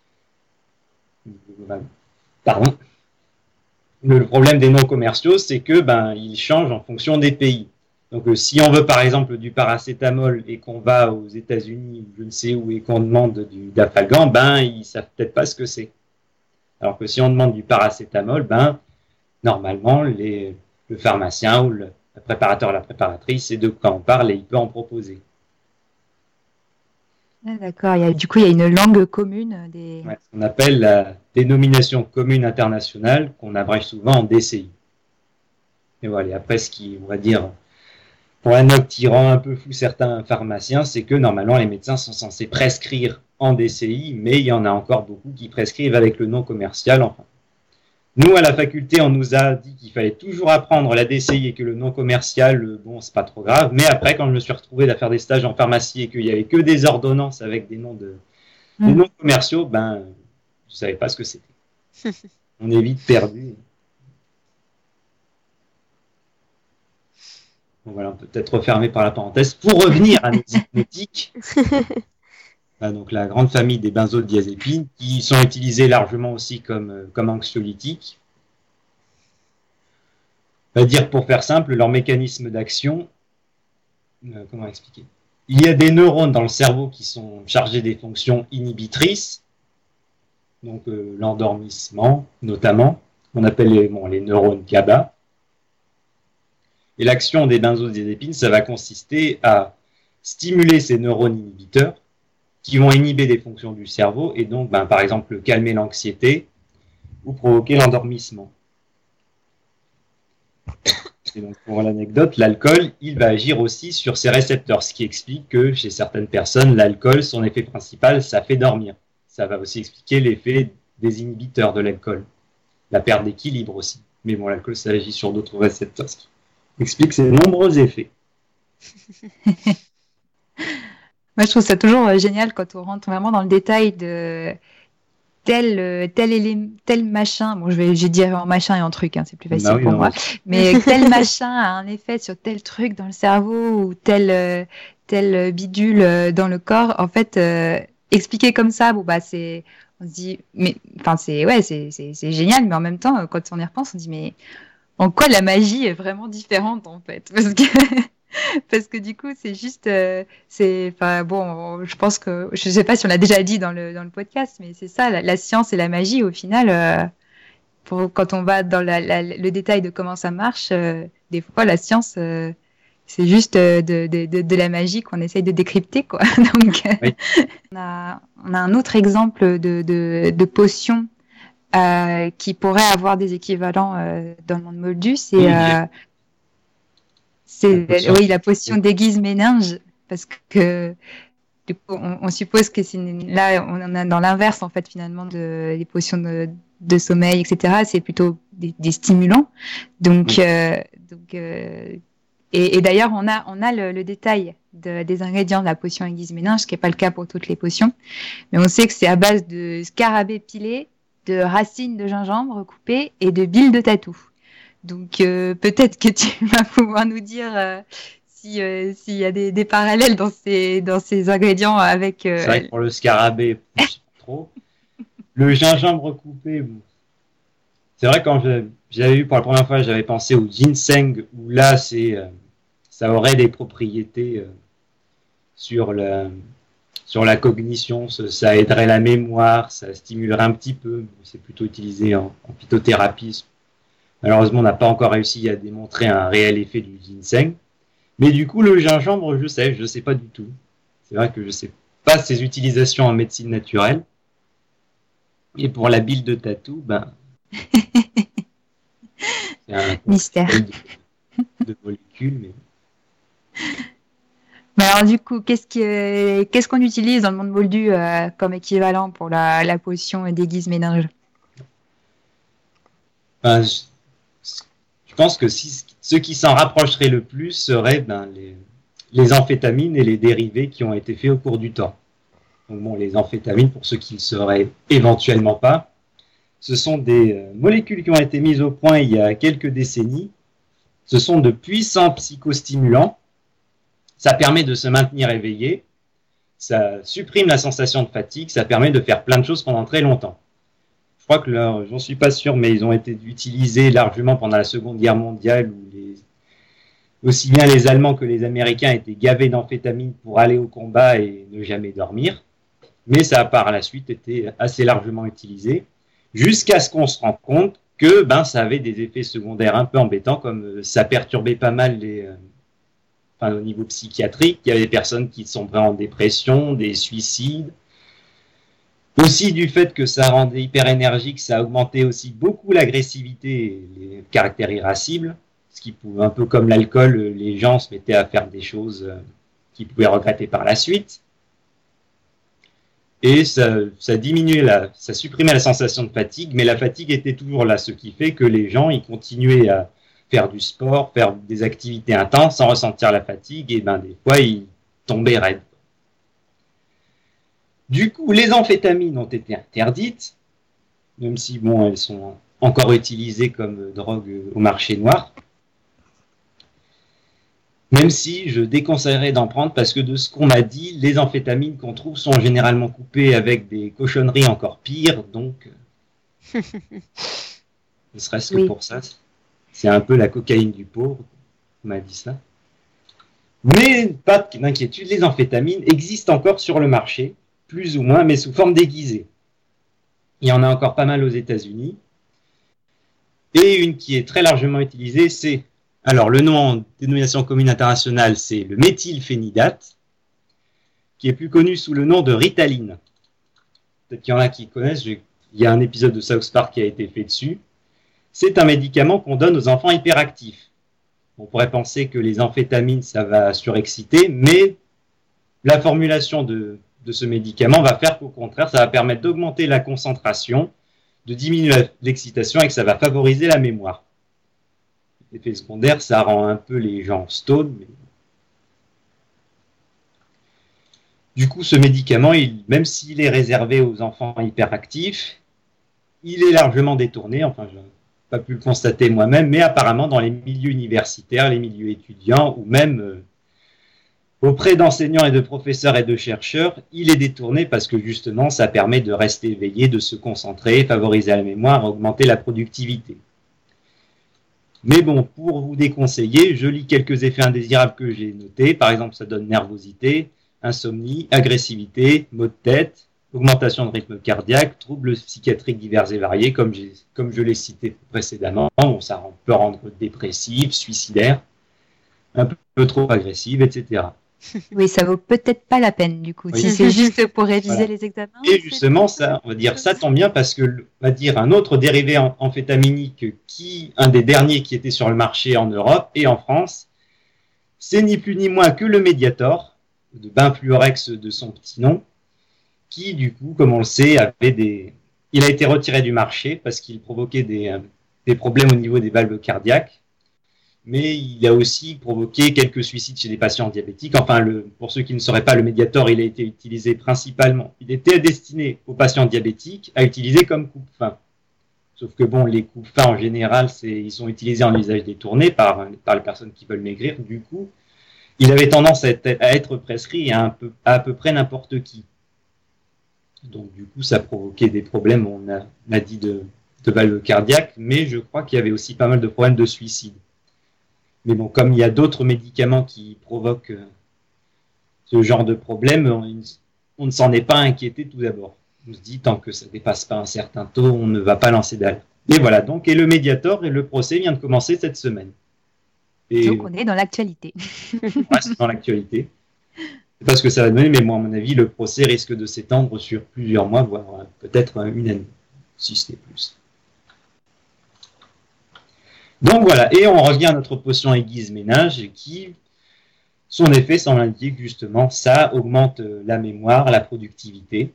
Pardon. Le problème des noms commerciaux, c'est que ben ils changent en fonction des pays. Donc, euh, si on veut par exemple du paracétamol et qu'on va aux États-Unis ou je ne sais où et qu'on demande du d'Afalgan, ben ils savent peut-être pas ce que c'est. Alors que si on demande du paracétamol, ben, normalement, les, le pharmacien ou le, le préparateur ou la préparatrice sait de quoi on parle et il peut en proposer. Ah, d'accord, il y a, du coup, il y a une langue commune. Des... Ouais, on appelle la dénomination commune internationale, qu'on abrège souvent en D C I. Et voilà, et après, ce qui, on va dire, pour un note qui rend un peu fou certains pharmaciens, c'est que normalement, les médecins sont censés prescrire en D C I, mais il y en a encore beaucoup qui prescrivent avec le nom commercial. Enfin, nous, à la faculté, on nous a dit qu'il fallait toujours apprendre la D C I et que le nom commercial, bon, c'est pas trop grave. Mais après, quand je me suis retrouvé à faire des stages en pharmacie et qu'il y avait que des ordonnances avec des noms de mmh. des noms commerciaux, ben, je savais pas ce que c'était. On est vite perdu. Bon, voilà, on peut peut-être refermer par la parenthèse. Pour revenir à nos hypnotiques. Ah, donc la grande famille des benzodiazépines qui sont utilisées largement aussi comme, comme anxiolytiques. On va dire pour faire simple, leur mécanisme d'action, euh, comment expliquer ? Il y a des neurones dans le cerveau qui sont chargés des fonctions inhibitrices, donc euh, l'endormissement notamment, qu'on appelle les, bon, les neurones GABA. Et l'action des benzodiazépines, ça va consister à stimuler ces neurones inhibiteurs qui vont inhiber des fonctions du cerveau et donc, ben, par exemple, calmer l'anxiété ou provoquer l'endormissement. Et donc, pour l'anecdote, l'alcool, il va agir aussi sur ces récepteurs, ce qui explique que chez certaines personnes, l'alcool, son effet principal, ça fait dormir. Ça va aussi expliquer l'effet des inhibiteurs de l'alcool, la perte d'équilibre aussi. Mais bon, l'alcool, ça agit sur d'autres récepteurs, ce qui explique ses nombreux effets. Moi, je trouve ça toujours euh, génial quand on rentre vraiment dans le détail de tel euh, tel élément, tel machin. Bon, je vais, j'ai dit en machin et en truc, hein, c'est plus facile bah oui, pour non, moi. Mais tel machin a un effet sur tel truc dans le cerveau ou tel euh, tel bidule euh, dans le corps. En fait, euh, expliquer comme ça, bon bah c'est, on se dit, mais enfin c'est ouais, c'est c'est c'est génial, mais en même temps, quand on y repense, on se dit mais en quoi la magie est vraiment différente en fait, parce que parce que du coup c'est juste euh, c'est enfin bon je pense que je sais pas si on l'a déjà dit dans le dans le podcast mais c'est ça la, la science et la magie au final euh, pour quand on va dans la, la, le détail de comment ça marche euh, des fois la science euh, c'est juste euh, de, de, de de la magie qu'on essaye de décrypter quoi. Donc oui. on a on a un autre exemple de de de potion euh, qui pourrait avoir des équivalents euh, dans le monde moldu, c'est oui, euh, C'est la oui, la potion d'aiguise méninge. parce que du coup, on, on suppose que c'est une, là, on en a dans l'inverse en fait finalement de des potions de, de sommeil, et cetera. C'est plutôt des, des stimulants. Donc, oui. euh, donc, euh, et, et d'ailleurs, on a on a le, le détail de, des ingrédients de la potion aiguise méninge, ce qui n'est pas le cas pour toutes les potions. Mais on sait que c'est à base de scarabée pilé, de racines de gingembre coupées et de billes de tatou. Donc, euh, peut-être que tu vas pouvoir nous dire. Euh, Si, euh, s'il y a des, des parallèles dans ces, dans ces ingrédients avec... Euh... C'est vrai que pour le scarabée, je sais pas trop. Le gingembre coupé, bon. C'est vrai que quand je, j'avais vu pour la première fois, j'avais pensé au ginseng, où là, c'est, euh, ça aurait des propriétés euh, sur, la, sur la cognition, ça, ça aiderait la mémoire, ça stimulerait un petit peu. C'est plutôt utilisé en, en phytothérapie. Malheureusement, on n'a pas encore réussi à démontrer un réel effet du ginseng. Mais du coup, le gingembre, je sais, je ne sais pas du tout. C'est vrai que je ne sais pas ses utilisations en médecine naturelle. Et pour la bile de tatou, ben... c'est un mystère de, de molécules. Mais... mais alors du coup, qu'est-ce, que, qu'est-ce qu'on utilise dans le monde moldu euh, comme équivalent pour la, la potion d'aiguise méninge? ben, je... Je pense que si, ce qui s'en rapprocherait le plus seraient ben, les, les amphétamines et les dérivés qui ont été faits au cours du temps. Donc bon, les amphétamines, pour ceux qui ne le seraient éventuellement pas, ce sont des euh, molécules qui ont été mises au point il y a quelques décennies. Ce sont de puissants psychostimulants. Ça permet de se maintenir éveillé. Ça supprime la sensation de fatigue. Ça permet de faire plein de choses pendant très longtemps. Je crois que là, j'en suis pas sûr, mais ils ont été utilisés largement pendant la Seconde Guerre mondiale, où les, aussi bien les Allemands que les Américains étaient gavés d'amphétamines pour aller au combat et ne jamais dormir. Mais ça a par la suite été assez largement utilisé, jusqu'à ce qu'on se rende compte que ben, ça avait des effets secondaires un peu embêtants, comme ça perturbait pas mal les, euh, enfin, au niveau psychiatrique. Il y avait des personnes qui sombraient en dépression, des suicides. Aussi du fait que ça rendait hyper énergique, ça augmentait aussi beaucoup l'agressivité et les caractères irascibles, ce qui pouvait, un peu comme l'alcool, les gens se mettaient à faire des choses qu'ils pouvaient regretter par la suite. Et ça, ça diminuait, la, ça supprimait la sensation de fatigue, mais la fatigue était toujours là, ce qui fait que les gens ils continuaient à faire du sport, faire des activités intenses sans ressentir la fatigue, et ben des fois ils tombaient raides. Du coup, les amphétamines ont été interdites, même si bon, elles sont encore utilisées comme drogue au marché noir. Même si je déconseillerais d'en prendre parce que de ce qu'on m'a dit, les amphétamines qu'on trouve sont généralement coupées avec des cochonneries encore pires, donc ne serait-ce que oui. Pour ça, c'est un peu la cocaïne du pauvre, on m'a dit ça. Mais pas d'inquiétude, les amphétamines existent encore sur le marché, plus ou moins, mais sous forme déguisée. Il y en a encore pas mal aux États-Unis. Et une qui est très largement utilisée, c'est, alors le nom en dénomination commune internationale, c'est le méthylphénidate, qui est plus connu sous le nom de Ritaline. Peut-être qu'il y en a qui connaissent, il y a un épisode de South Park qui a été fait dessus. C'est un médicament qu'on donne aux enfants hyperactifs. On pourrait penser que les amphétamines, ça va surexciter, mais la formulation de de ce médicament va faire qu'au contraire, ça va permettre d'augmenter la concentration, de diminuer l'excitation et que ça va favoriser la mémoire. L'effet secondaire, ça rend un peu les gens stone. Mais... Du coup, ce médicament, il, même s'il est réservé aux enfants hyperactifs, il est largement détourné, enfin, je n'ai pas pu le constater moi-même, mais apparemment dans les milieux universitaires, les milieux étudiants ou même... Euh, auprès d'enseignants et de professeurs et de chercheurs, il est détourné parce que justement, ça permet de rester éveillé, de se concentrer, favoriser la mémoire, augmenter la productivité. Mais bon, pour vous déconseiller, je lis quelques effets indésirables que j'ai notés. Par exemple, ça donne nervosité, insomnie, agressivité, maux de tête, augmentation de rythme cardiaque, troubles psychiatriques divers et variés, comme, j'ai, comme je l'ai cité précédemment. Bon, ça peut rendre dépressif, suicidaire, un peu trop agressif, et cetera. Oui, ça vaut peut-être pas la peine du coup, oui. Si c'est juste pour réviser voilà. Les examens. Et justement, ça, on va dire, ça tombe bien parce que, on va dire, un autre dérivé amphétaminique qui, un des derniers qui était sur le marché en Europe et en France, c'est ni plus ni moins que le Mediator, de Benfluorex de son petit nom, qui du coup, comme on le sait, avait des... il a été retiré du marché parce qu'il provoquait des, euh, des problèmes au niveau des valves cardiaques, mais il a aussi provoqué quelques suicides chez des patients diabétiques. Enfin, le, pour ceux qui ne sauraient pas, le Mediator, il a été utilisé principalement, il était destiné aux patients diabétiques à utiliser comme coupe-faim. Sauf que bon, les coupe-faim en général, c'est, ils sont utilisés en usage détourné par, par les personnes qui veulent maigrir. Du coup, il avait tendance à être, à être prescrit à, un peu, à à peu près n'importe qui. Donc du coup, ça provoquait des problèmes, on a, on a dit, de, de valve cardiaque, mais je crois qu'il y avait aussi pas mal de problèmes de suicide. Mais bon, comme il y a d'autres médicaments qui provoquent euh, ce genre de problème, on, on ne s'en est pas inquiété tout d'abord. On se dit, tant que ça ne dépasse pas un certain taux, on ne va pas lancer d'alerte. Et voilà, donc, et le Mediator et le procès vient de commencer cette semaine. Et, donc on est dans l'actualité. Ouais, c'est dans l'actualité. C'est pas ce que ça va donner, mais moi, à mon avis, le procès risque de s'étendre sur plusieurs mois, voire peut-être une année, si ce n'est plus. Donc voilà, et on revient à notre potion aiguise-ménage qui, son effet semble indiquer que justement, ça augmente la mémoire, la productivité.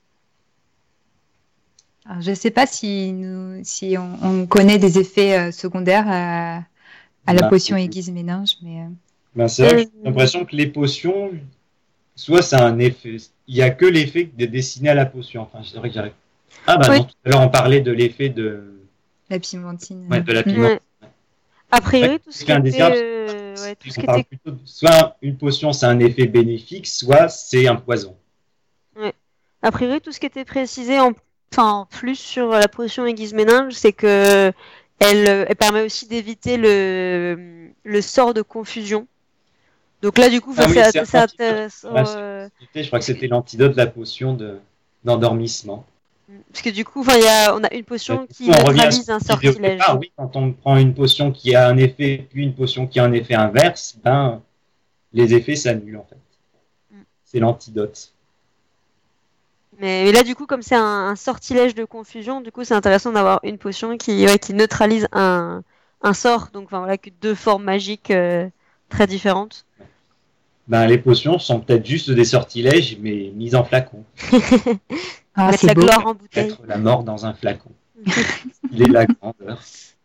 Alors, je ne sais pas si, nous, si on, on connaît des effets euh, secondaires à, à la Ben, potion aiguise-ménage, mais... Euh... Ben, c'est vrai que j'ai l'impression que les potions, soit ça a un effet, il n'y a que l'effet de destiné à la potion. Enfin, c'est vrai que j'arrive. Ah ben oui. Non, tout à l'heure on parlait de l'effet de... La pimentine. Ouais, de la pimentine. Ouais. A priori, tout ce qui était... Euh, ouais, tout ce qui était... Plutôt de... Soit une potion, c'est un effet bénéfique, soit c'est un poison. Ouais. A priori, tout ce qui était précisé en, enfin, en plus sur la potion aiguise-ménage, c'est que elle, elle permet aussi d'éviter le, le sort de confusion. Donc là, du coup, ah oui, c'est, c'est intéressant. Euh... Je crois que c'était l'antidote de la potion de, d'endormissement. Parce que du coup, y a, on a une potion qui neutralise un sortilège. Ah oui, quand on prend une potion qui a un effet, puis une potion qui a un effet inverse, ben, les effets s'annulent en fait. Mm. C'est l'antidote. Mais, mais là, du coup, comme c'est un, un sortilège de confusion, du coup, c'est intéressant d'avoir une potion qui, ouais, qui neutralise un, un sort. Donc, enfin, voilà, que deux formes magiques euh, très différentes. Ben, les potions sont peut-être juste des sortilèges, mais mises en flacon. Ah, mettre la beau. Gloire en bouteille. Mettre la mort dans un flacon. Il est la grandeur.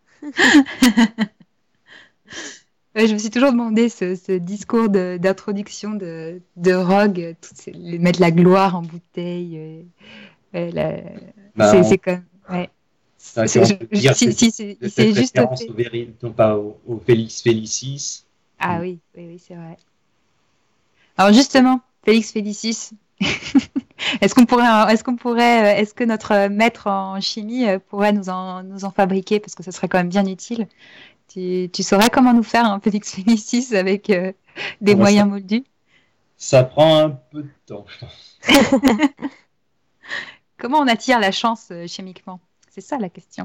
Ouais, je me suis toujours demandé ce, ce discours de, d'introduction de, de Rogue, tout, c'est, mettre la gloire en bouteille. Euh, euh, la, bah, c'est, on... c'est comme. Ouais. C'est, c'est, je, dire, si, si, c'est, c'est, c'est juste. Fait... Au Véri, non pas au, au Félix Félicis. Ah mm. oui, oui, oui, c'est vrai. Alors justement, Félix Félicis. Est-ce qu'on pourrait, est-ce qu'on pourrait, est-ce que notre maître en chimie pourrait nous en, nous en fabriquer, parce que ce serait quand même bien utile. Tu, tu saurais comment nous faire un Félix Félicis avec euh, des Alors moyens ça, moldus? Ça prend un peu de temps, je pense. Comment on attire la chance euh, chimiquement? C'est ça la question.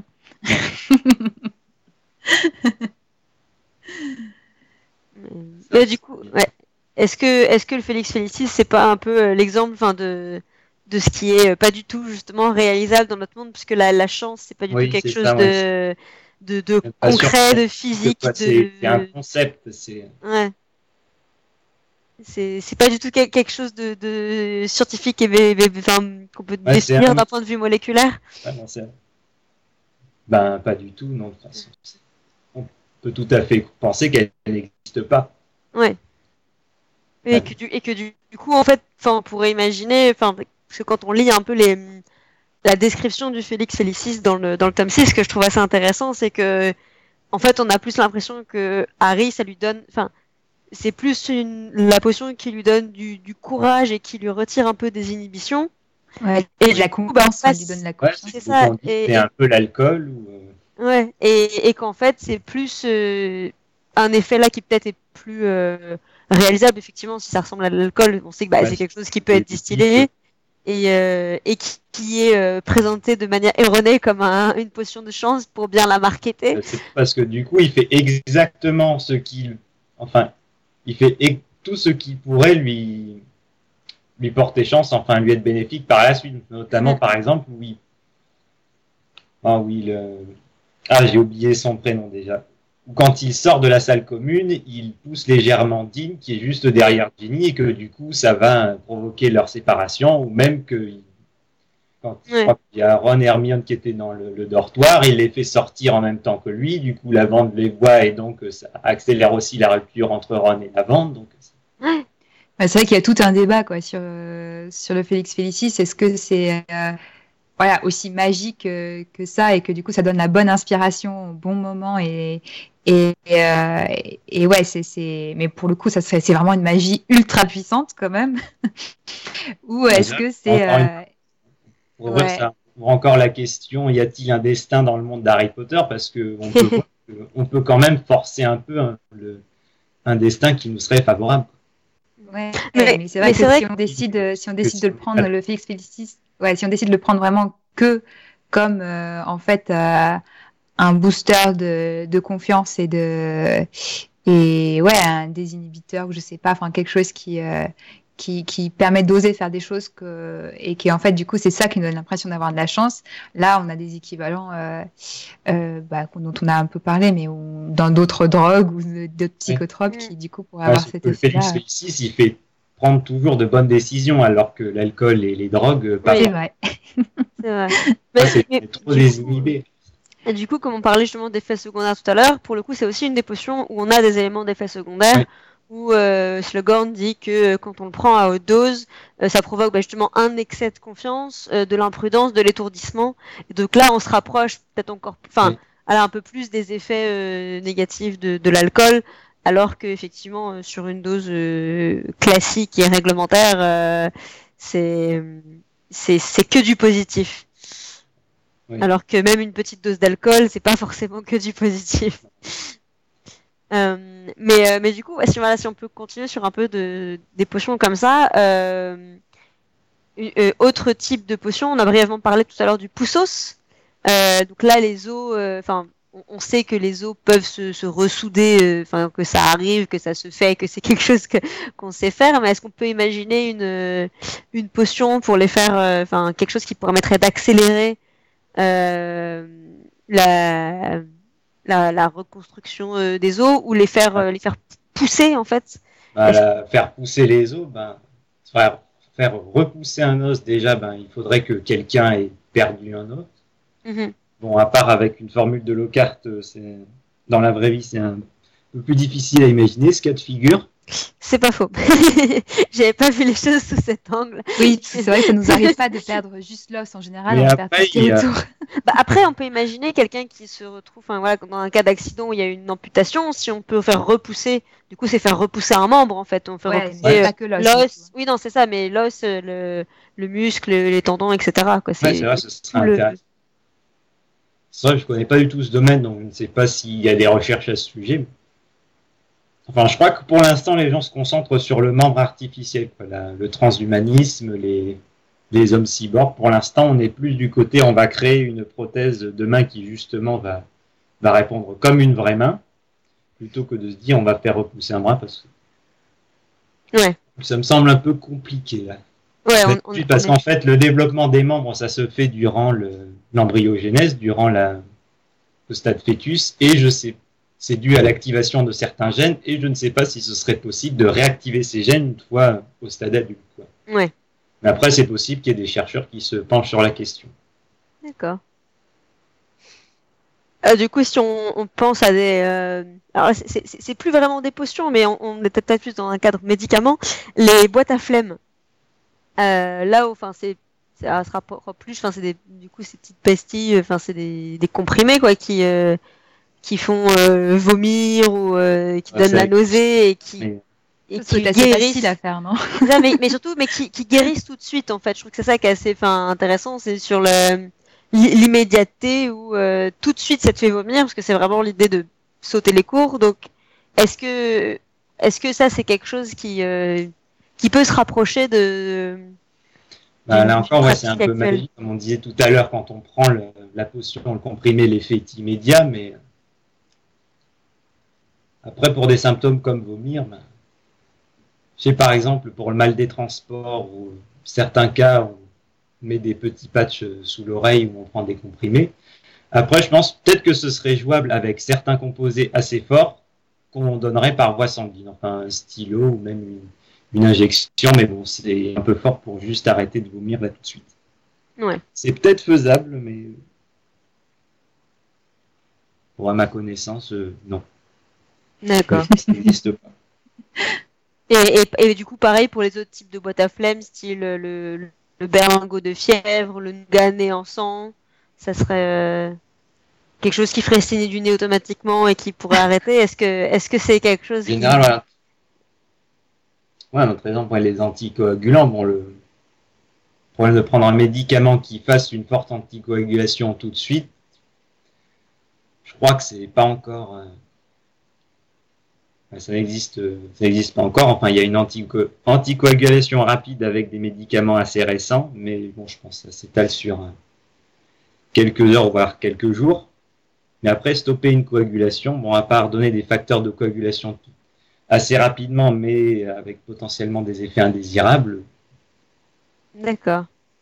Mais du coup, ouais. Est-ce que, est-ce que le Félix Félicis, c'est pas un peu euh, l'exemple, enfin, de, de ce qui est euh, pas du tout justement réalisable dans notre monde, puisque la, la chance, c'est pas du oui, tout quelque chose ça, de, ouais. de, de, de concret, de physique. De... C'est, c'est un concept. C'est... Ouais. C'est, c'est pas du tout quelque chose de, de scientifique et enfin, qu'on peut ouais, définir un... d'un point de vue moléculaire. Ah, non, c'est... Ben, pas du tout, non. De toute façon. On peut tout à fait penser qu'elle n'existe pas. Ouais. Et que, du, et que du, du coup, en fait, on pourrait imaginer, parce que quand on lit un peu les, la description du Félix Félicis dans le, dans le tome six, ce que je trouve assez intéressant, c'est que, en fait, on a plus l'impression que Harry, ça lui donne, enfin, c'est plus une, la potion qui lui donne du, du courage et qui lui retire un peu des inhibitions. Ouais, et de la confiance, ça lui donne la confiance. Ouais, c'est, c'est ça. Et, c'est un peu l'alcool ou... Ouais, et, et qu'en fait, c'est plus euh, un effet là qui peut-être est plus euh, réalisable, effectivement, si ça ressemble à de l'alcool. On sait que bah, ouais, c'est quelque chose qui peut être distillé et, euh, et qui, qui est euh, présenté de manière erronée comme un, une potion de chance pour bien la marketer. C'est parce que du coup, il fait exactement ce qu'il... Enfin, il fait tout ce qui pourrait lui, lui porter chance, enfin, lui être bénéfique par la suite. Notamment, ouais. Par exemple, oui. Ah oui, le... Ah, j'ai oublié son prénom déjà. où quand il sort de la salle commune, il pousse légèrement Dean qui est juste derrière Ginny et que du coup ça va provoquer leur séparation, ou même que quand ouais. je crois qu'il y a Ron et Hermione qui étaient dans le, le dortoir, il les fait sortir en même temps que lui, du coup Lavande les voit et donc ça accélère aussi la rupture entre Ron et Lavande. Donc ouais. Bah, c'est vrai qu'il y a tout un débat quoi sur euh, sur le Félix Félicis. Est-ce que c'est euh, voilà aussi magique euh, que ça et que du coup ça donne la bonne inspiration au bon moment et et euh, et, et ouais c'est c'est mais pour le coup ça serait c'est vraiment une magie ultra puissante quand même. Ou est-ce que c'est euh, pour ouais. ça ouvre encore la question, y a-t-il un destin dans le monde d'Harry Potter, parce que on peut on peut quand même forcer un peu un, le, un destin qui nous serait favorable. Ouais, mais, mais c'est vrai mais que c'est vrai si on décide, si on décide de le prendre, le Félix Félicis, ouais, si on décide de le prendre vraiment que comme euh, en fait euh, un booster de, de confiance et de et ouais un désinhibiteur ou je sais pas, enfin quelque chose qui euh, qui qui permet d'oser faire des choses que et qui en fait du coup c'est ça qui nous donne l'impression d'avoir de la chance. Là on a des équivalents euh, euh, bah, dont on a un peu parlé, mais où, dans d'autres drogues ou d'autres psychotropes ouais. qui du coup pourraient ouais, avoir cet effet là. Le Félix Félicis il fait prendre toujours de bonnes décisions alors que l'alcool et les drogues pas oui, c'est vrai. C'est vrai. Mais, c'est mais, trop désinhibé. Et du coup, comme on parlait justement d'effets secondaires tout à l'heure, pour le coup, c'est aussi une des potions où on a des éléments d'effets secondaires, oui. où euh, Slughorn dit que euh, quand on le prend à haute dose, euh, ça provoque bah, justement un excès de confiance, euh, de l'imprudence, de l'étourdissement. Et donc là, on se rapproche peut-être encore, enfin, oui. un peu plus des effets euh, négatifs de, de l'alcool, alors qu'effectivement, euh, sur une dose euh, classique et réglementaire, euh, c'est, c'est, c'est que du positif. Oui. Alors que même une petite dose d'alcool, c'est pas forcément que du positif. euh, mais, euh, mais du coup, si, voilà, si on peut continuer sur un peu de, des potions comme ça, euh, euh, autre type de potion, on a brièvement parlé tout à l'heure du poussos. Euh, donc là, les os, enfin, euh, on, on sait que les os peuvent se, se ressouder, enfin, euh, que ça arrive, que ça se fait, que c'est quelque chose que, qu'on sait faire. Mais est-ce qu'on peut imaginer une, une potion pour les faire, enfin, euh, quelque chose qui permettrait d'accélérer Euh, la, la, la reconstruction euh, des os ou les faire, euh, les faire pousser en fait bah, la, faire pousser les os, ben, faire, faire repousser un os déjà, ben, il faudrait que quelqu'un ait perdu un os. Mm-hmm. Bon, à part avec une formule de Lockhart, c'est, dans la vraie vie c'est un peu plus difficile à imaginer ce cas de figure. C'est pas faux. J'avais pas vu les choses sous cet angle. Oui, c'est vrai que ça nous arrive pas de perdre juste l'os en général, on perd tout ce qui est autour. Bah après, on peut imaginer quelqu'un qui se retrouve, enfin voilà, dans un cas d'accident où il y a une amputation, si on peut faire repousser, du coup, c'est faire repousser un membre en fait. On fait ouais, repousser ouais, euh, pas que l'os. l'os. Oui, non, c'est ça, mais l'os, le, le muscle, les tendons, et cetera. Quoi. C'est, ouais, c'est vrai, ce serait intéressant. Le... C'est vrai, je connais pas du tout ce domaine, donc je ne sais pas s'il y a des recherches à ce sujet. Enfin, je crois que pour l'instant, les gens se concentrent sur le membre artificiel, quoi, la, le transhumanisme, les, les hommes cyborgs. Pour l'instant, on est plus du côté, on va créer une prothèse de main qui, justement, va, va répondre comme une vraie main, plutôt que de se dire, on va faire repousser un bras, parce que ouais. ça me semble un peu compliqué, là. Ouais, on, on, parce on qu'en est... fait, le développement des membres, ça se fait durant le, l'embryogénèse, durant la, le stade fœtus, et je sais c'est dû à l'activation de certains gènes et je ne sais pas si ce serait possible de réactiver ces gènes une fois au stade adulte. Quoi. Ouais. Mais après, c'est possible qu'il y ait des chercheurs qui se penchent sur la question. D'accord. Euh, du coup, si on, on pense à des... Euh... Alors, c'est, c'est, c'est plus vraiment des potions, mais on, on est peut-être plus dans un cadre médicament. Les boîtes à flemme. Euh, là, enfin, c'est... Ça se rapproche plus, enfin, c'est des, du coup, ces petites pastilles, enfin, c'est des, des comprimés, quoi, qui... Euh... qui font euh, vomir ou euh, qui ah, donnent la nausée et qui mais... et qui guérissent facile à faire, non non, mais, mais surtout mais qui, qui guérissent tout de suite en fait. Je trouve que c'est ça qui est assez enfin intéressant, c'est sur le l'immédiateté où euh, tout de suite ça te fait vomir parce que c'est vraiment l'idée de sauter les cours. Donc est-ce que est-ce que ça c'est quelque chose qui euh, qui peut se rapprocher de bah, là encore ouais, c'est un peu magique comme on disait tout à l'heure quand on prend le, la potion, le comprimé, l'effet est immédiat, mais après, pour des symptômes comme vomir, ben, je sais par exemple pour le mal des transports ou certains cas, on met des petits patchs sous l'oreille où on prend des comprimés. Après, je pense peut-être que ce serait jouable avec certains composés assez forts qu'on donnerait par voie sanguine, enfin un stylo ou même une, une injection, mais bon, c'est un peu fort pour juste arrêter de vomir là tout de suite. Ouais. C'est peut-être faisable, mais pour à ma connaissance, euh, non. D'accord. Ça n'existe pas. Et, et, et du coup, pareil pour les autres types de boîtes à flemme, style le, le, le berlingot de fièvre, le nougat en sang, ça serait euh, quelque chose qui ferait saigner du nez automatiquement et qui pourrait arrêter. Est-ce que est-ce que c'est quelque chose En général, qui... voilà. Ouais, notre exemple, les anticoagulants, bon, le problème de prendre un médicament qui fasse une forte anticoagulation tout de suite, je crois que c'est pas encore... Euh... Ça n'existe, ça n'existe pas encore. Enfin, il y a une antico- anticoagulation rapide avec des médicaments assez récents, mais bon, je pense que ça s'étale sur euh, quelques heures, voire quelques jours. Mais après, stopper une coagulation, bon, à part donner des facteurs de coagulation assez rapidement, mais avec potentiellement des effets indésirables. D'accord.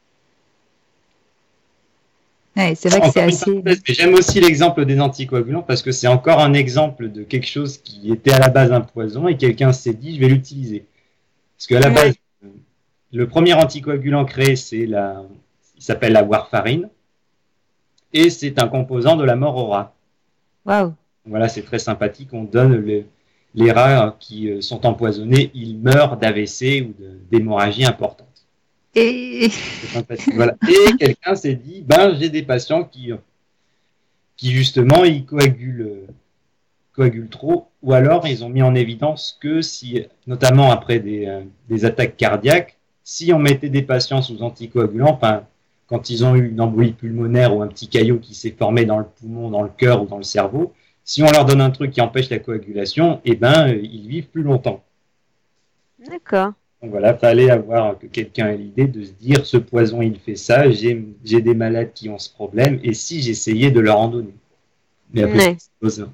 Ouais, c'est vrai que c'est assez... Mais j'aime aussi l'exemple des anticoagulants parce que c'est encore un exemple de quelque chose qui était à la base un poison et quelqu'un s'est dit je vais l'utiliser. Parce qu'à la Ouais. base, le premier anticoagulant créé, c'est la, il s'appelle la warfarine et c'est un composant de la mort au rat. Waouh. Voilà, c'est très sympathique. On donne les, les rats qui sont empoisonnés, ils meurent d'A V C ou de, d'hémorragie importante. Et... C'est sympathique. Voilà. Et quelqu'un s'est dit, ben j'ai des patients qui, qui justement, ils coagulent, coagulent trop, ou alors ils ont mis en évidence que si, notamment après des, euh, des attaques cardiaques, si on mettait des patients sous anticoagulants, enfin, quand ils ont eu une embolie pulmonaire ou un petit caillot qui s'est formé dans le poumon, dans le cœur ou dans le cerveau, si on leur donne un truc qui empêche la coagulation, eh ben, euh, ils vivent plus longtemps. D'accord. Donc voilà, fallait avoir que quelqu'un ait l'idée de se dire ce poison il fait ça, j'ai, j'ai des malades qui ont ce problème, et si j'essayais de leur en donner. Mais après, Ouais. c'est besoin.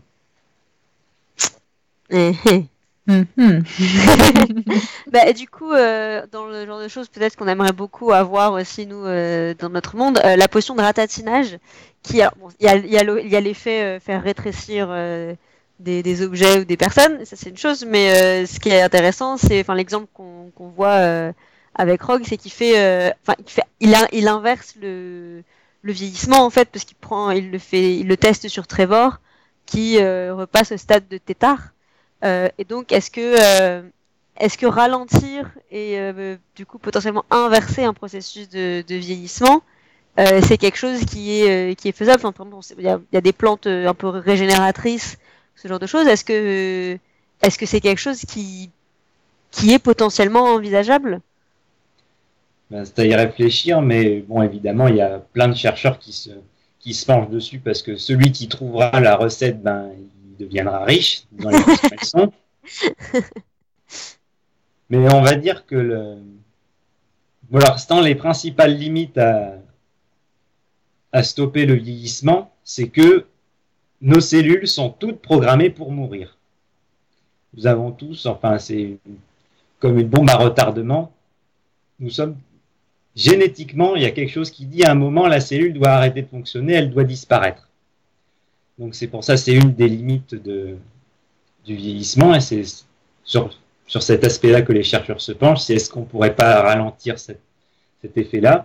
Mm-hmm. Bah, du coup, euh, dans le genre de choses peut-être qu'on aimerait beaucoup avoir aussi nous euh, dans notre monde, euh, la potion de ratatinage, qui a, bon, il y a, il y a, le- il y a l'effet euh, faire rétrécir euh, des, des objets ou des personnes, ça c'est une chose, mais euh, ce qui est intéressant, c'est, enfin l'exemple qu'on qu'on voit euh, avec Rogue, c'est qu'il fait, euh, enfin il fait, il, a, il inverse le, le vieillissement en fait, parce qu'il prend, il le fait, il le teste sur Trevor, qui euh, repasse au stade de tétard. Euh, et donc, est-ce que, euh, est-ce que ralentir et euh, du coup potentiellement inverser un processus de, de vieillissement, euh, c'est quelque chose qui est, euh, qui est faisable. Enfin, par exemple, il y a, il y a des plantes euh, un peu régénératrices, ce genre de choses. Est-ce que, est-ce que c'est quelque chose qui, qui est potentiellement envisageable? Ben, c'est à y réfléchir, mais bon, évidemment, il y a plein de chercheurs qui se, qui se penchent dessus parce que celui qui trouvera la recette, ben, il deviendra riche dans les consommations. Mais on va dire que le, pour l'instant, les principales limites à, à stopper le vieillissement, c'est que nos cellules sont toutes programmées pour mourir. Nous avons tous, enfin, c'est comme une bombe à retardement. Nous sommes génétiquement, il y a quelque chose qui dit à un moment, la cellule doit arrêter de fonctionner, elle doit disparaître. Donc c'est pour ça, c'est une des limites de, du vieillissement, et c'est sur, sur cet aspect-là que les chercheurs se penchent, c'est est-ce qu'on ne pourrait pas ralentir cette, cet effet-là.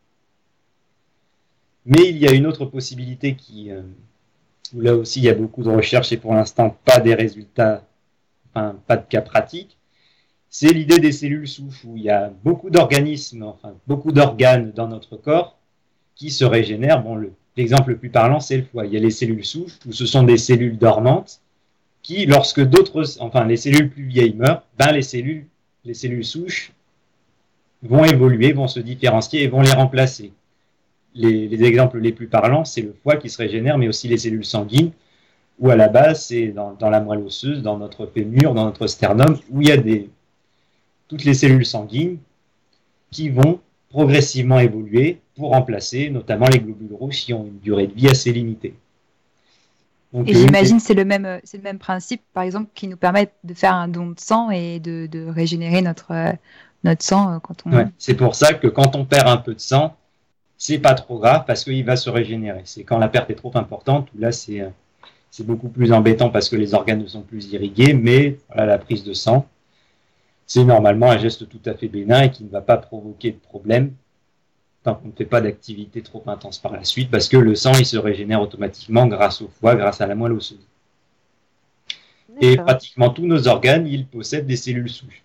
Mais il y a une autre possibilité qui, euh, où là aussi il y a beaucoup de recherches et pour l'instant pas des résultats, enfin pas de cas pratiques. C'est l'idée des cellules souches où il y a beaucoup d'organismes, enfin beaucoup d'organes dans notre corps qui se régénèrent. Bon, le, l'exemple le plus parlant, c'est le foie. Il y a les cellules souches où ce sont des cellules dormantes qui, lorsque d'autres, enfin les cellules plus vieilles meurent, ben les cellules, les cellules souches vont évoluer, vont se différencier et vont les remplacer. Les, les exemples les plus parlants, c'est le foie qui se régénère, mais aussi les cellules sanguines, où à la base, c'est dans, dans la moelle osseuse, dans notre fémur, dans notre sternum, où il y a des toutes les cellules sanguines qui vont progressivement évoluer pour remplacer notamment les globules rouges qui ont une durée de vie assez limitée. Donc, et euh, j'imagine que c'est le même, c'est le même principe, par exemple, qui nous permet de faire un don de sang et de, de régénérer notre, notre sang quand on... Ouais, c'est pour ça que quand on perd un peu de sang, c'est pas trop grave parce qu'il va se régénérer. C'est quand la perte est trop importante où là, c'est, c'est beaucoup plus embêtant parce que les organes ne sont plus irrigués, mais voilà, la prise de sang, c'est normalement un geste tout à fait bénin et qui ne va pas provoquer de problème tant qu'on ne fait pas d'activité trop intense par la suite, parce que le sang, il se régénère automatiquement grâce au foie, grâce à la moelle osseuse. Et pratiquement tous nos organes, ils possèdent des cellules souches.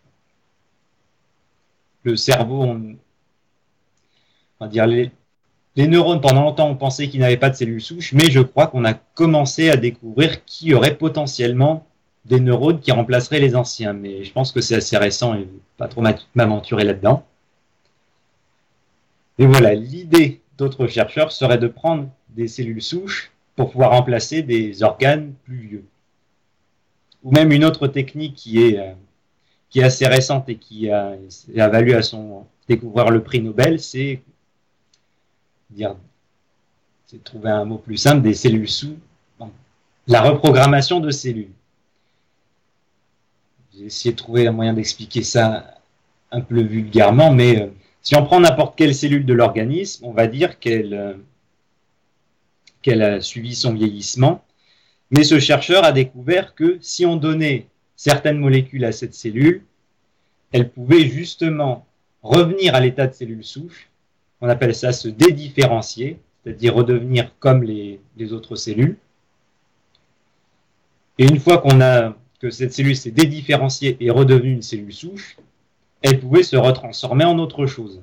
Le cerveau, on, on va dire les, les neurones, pendant longtemps, on pensait qu'ils n'avaient pas de cellules souches, mais je crois qu'on a commencé à découvrir qu'il y aurait potentiellement des neurones qui remplaceraient les anciens. Mais je pense que c'est assez récent et je ne vais pas trop m'aventurer là-dedans. Et voilà, l'idée d'autres chercheurs serait de prendre des cellules souches pour pouvoir remplacer des organes plus vieux. Ou même une autre technique qui est, euh, qui est assez récente et qui a, a valu à son découvreur le prix Nobel, c'est dire, c'est de trouver un mot plus simple, des cellules souches, la reprogrammation de cellules. J'ai essayé de trouver un moyen d'expliquer ça un peu vulgairement, mais euh, si on prend n'importe quelle cellule de l'organisme, on va dire qu'elle, euh, qu'elle a suivi son vieillissement. Mais ce chercheur a découvert que si on donnait certaines molécules à cette cellule, elle pouvait justement revenir à l'état de cellule souche. On appelle ça se dédifférencier, c'est-à-dire redevenir comme les, les autres cellules. Et une fois qu'on a, que cette cellule s'est dédifférenciée et redevenue une cellule souche, elle pouvait se retransformer en autre chose.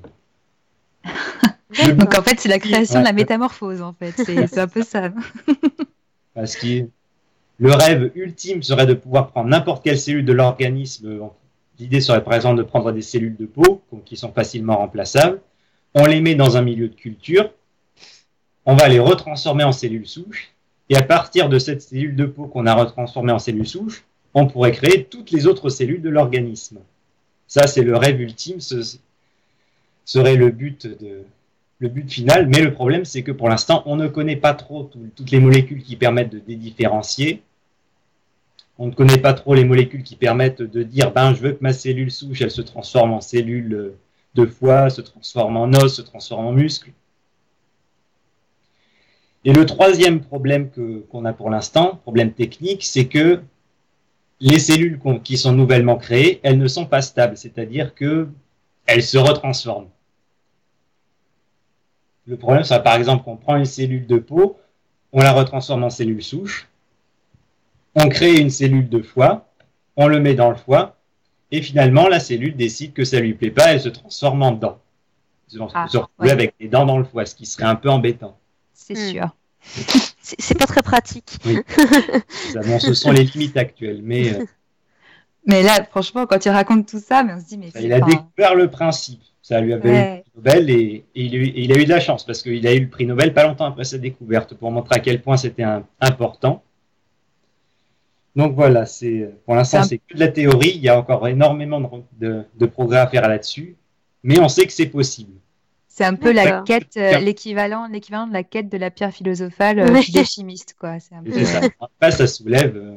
Donc en fait, c'est la création ouais. de la métamorphose, en fait. C'est, c'est un peu ça. Parce que le rêve ultime serait de pouvoir prendre n'importe quelle cellule de l'organisme. L'idée serait par exemple de prendre des cellules de peau, qui sont facilement remplaçables. On les met dans un milieu de culture. On va les retransformer en cellules souches. Et à partir de cette cellule de peau qu'on a retransformée en cellules souches, on pourrait créer toutes les autres cellules de l'organisme. Ça, c'est le rêve ultime, ce serait le but, de, le but final. Mais le problème, c'est que pour l'instant, on ne connaît pas trop tout, toutes les molécules qui permettent de dédifférencier. On ne connaît pas trop les molécules qui permettent de dire ben, je veux que ma cellule souche, elle se transforme en cellule de foie, se transforme en os, se transforme en muscle. Et le troisième problème que, qu'on a pour l'instant, problème technique, c'est que les cellules qui sont nouvellement créées, elles ne sont pas stables, c'est-à-dire qu'elles se retransforment. Le problème, c'est par exemple qu'on prend une cellule de peau, on la retransforme en cellule souche, on crée une cellule de foie, on le met dans le foie, et finalement, la cellule décide que ça ne lui plaît pas, elle se transforme en dent. On ah, se retrouve ouais. avec des dents dans le foie, ce qui serait un peu embêtant. C'est mmh. sûr. C'est, c'est pas très pratique. Oui. Ça, bon, ce sont les limites actuelles, mais... Euh... Mais là, franchement, quand il raconte tout ça, mais on se dit... mais ça, il a pas... découvert le principe. Ça lui avait ouais. eu le prix Nobel et, et, il eu, et il a eu de la chance parce qu'il a eu le prix Nobel pas longtemps après sa découverte pour montrer à quel point c'était un, important. Donc voilà, c'est, pour l'instant, c'est, un... c'est que de la théorie. Il y a encore énormément de, de, de progrès à faire là-dessus, mais on sait que c'est possible. C'est un peu la quête, euh, l'équivalent, l'équivalent de la quête de la pierre philosophale euh, oui. des chimistes, quoi. C'est un peu... c'est ça. Après, ça soulève, euh,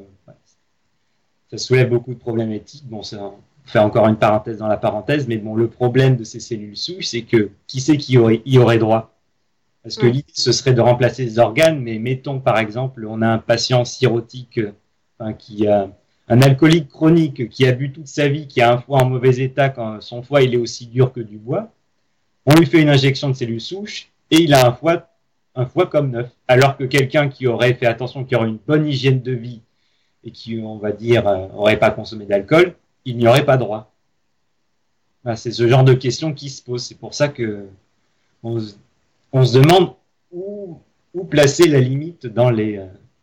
ça soulève beaucoup de problèmes éthiques. Bon, c'est un... on fait encore une parenthèse dans la parenthèse, mais bon, le problème de ces cellules souches, c'est que qui c'est qui aurait, y aurait droit? Parce que oui. l'idée, ce serait de remplacer les organes, mais mettons, par exemple, on a un patient cirrhotique, enfin, qui a un alcoolique chronique, qui a bu toute sa vie, qui a un foie en mauvais état, quand son foie, il est aussi dur que du bois. On lui fait une injection de cellules souches, et il a un foie, un foie comme neuf. Alors que quelqu'un qui aurait fait attention, qui aurait une bonne hygiène de vie, et qui, on va dire, n'aurait pas consommé d'alcool, il n'y aurait pas droit. Voilà, c'est ce genre de questions qui se posent. C'est pour ça que on se, on se demande où, où placer la limite dans, les,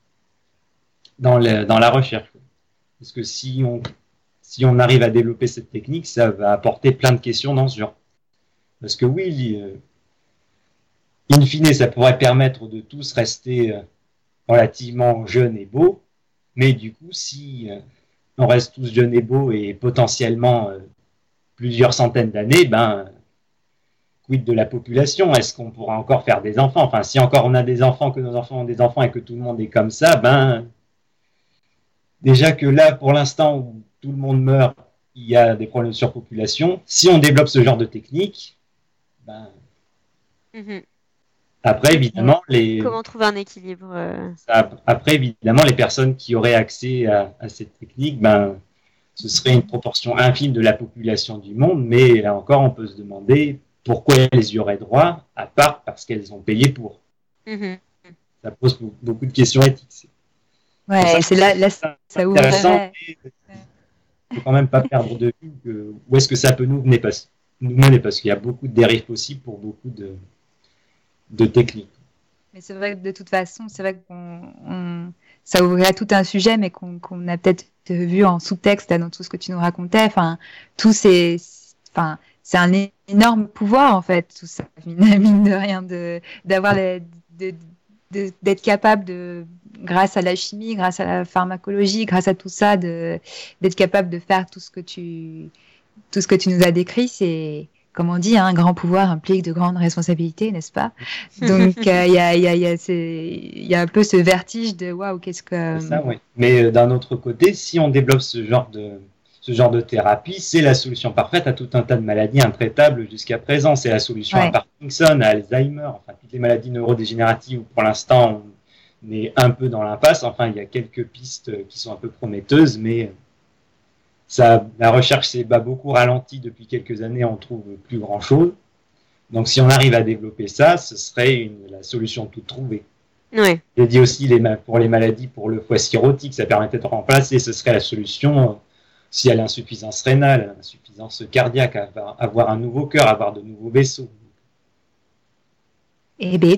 dans, les, dans la recherche. Parce que si on, si on arrive à développer cette technique, ça va apporter plein de questions dans ce genre. Parce que oui, euh, in fine, ça pourrait permettre de tous rester euh, relativement jeunes et beaux, mais du coup, si... Euh, on reste tous jeunes et beaux et potentiellement euh, plusieurs centaines d'années, ben, quid de la population? Est-ce qu'on pourra encore faire des enfants? Enfin, si encore on a des enfants, que nos enfants ont des enfants et que tout le monde est comme ça, ben, déjà que là, pour l'instant, où tout le monde meurt, il y a des problèmes de surpopulation. Si on développe ce genre de technique, ben, mm-hmm. Après, évidemment, les... Comment trouver un équilibre euh... ça, après, évidemment, les personnes qui auraient accès à, à cette technique, ben, ce serait une proportion infime de la population du monde, mais là encore, on peut se demander pourquoi elles y auraient droit, à part parce qu'elles ont payé pour. Mm-hmm. Ça pose beaucoup de questions éthiques. Ouais, ça, c'est là, là ça ouvre. Il ne faut quand même pas perdre de vue que, où est-ce que ça peut nous mener, parce, nous mener, parce qu'il y a beaucoup de dérives possibles pour beaucoup de, de techniques. Mais c'est vrai que de toute façon, c'est vrai qu'on on, ça ouvrirait tout un sujet, mais qu'on qu'on a peut-être vu en sous-texte là, dans tout ce que tu nous racontais. Enfin, tout c'est, enfin, c'est un énorme pouvoir en fait, tout ça, mine de rien, de d'avoir les, de, de, d'être capable de, grâce à la chimie, grâce à la pharmacologie, grâce à tout ça, de d'être capable de faire tout ce que tu, tout ce que tu nous as décrit, c'est comme on dit, hein, un grand pouvoir implique de grandes responsabilités, n'est-ce pas? Donc, il euh, y, a, y, a, y, a y a un peu ce vertige de waouh, qu'est-ce que. C'est ça, oui. Mais euh, d'un autre côté, si on développe ce genre de, ce genre de thérapie, c'est la solution parfaite à tout un tas de maladies intraitables jusqu'à présent. C'est la solution ouais. à Parkinson, à Alzheimer, enfin, toutes les maladies neurodégénératives où pour l'instant on est un peu dans l'impasse. Enfin, il y a quelques pistes qui sont un peu prometteuses, mais. Ça, la recherche s'est beaucoup ralentie depuis quelques années, on trouve plus grand chose. Donc, si on arrive à développer ça, ce serait une, la solution toute trouvée. Oui. J'ai dit aussi les, pour les maladies, pour le foie cirrhotique, ça permettait de remplacer, ce serait la solution s'il y a l'insuffisance rénale, l'insuffisance cardiaque, avoir, avoir un nouveau cœur, avoir de nouveaux vaisseaux. Eh bien.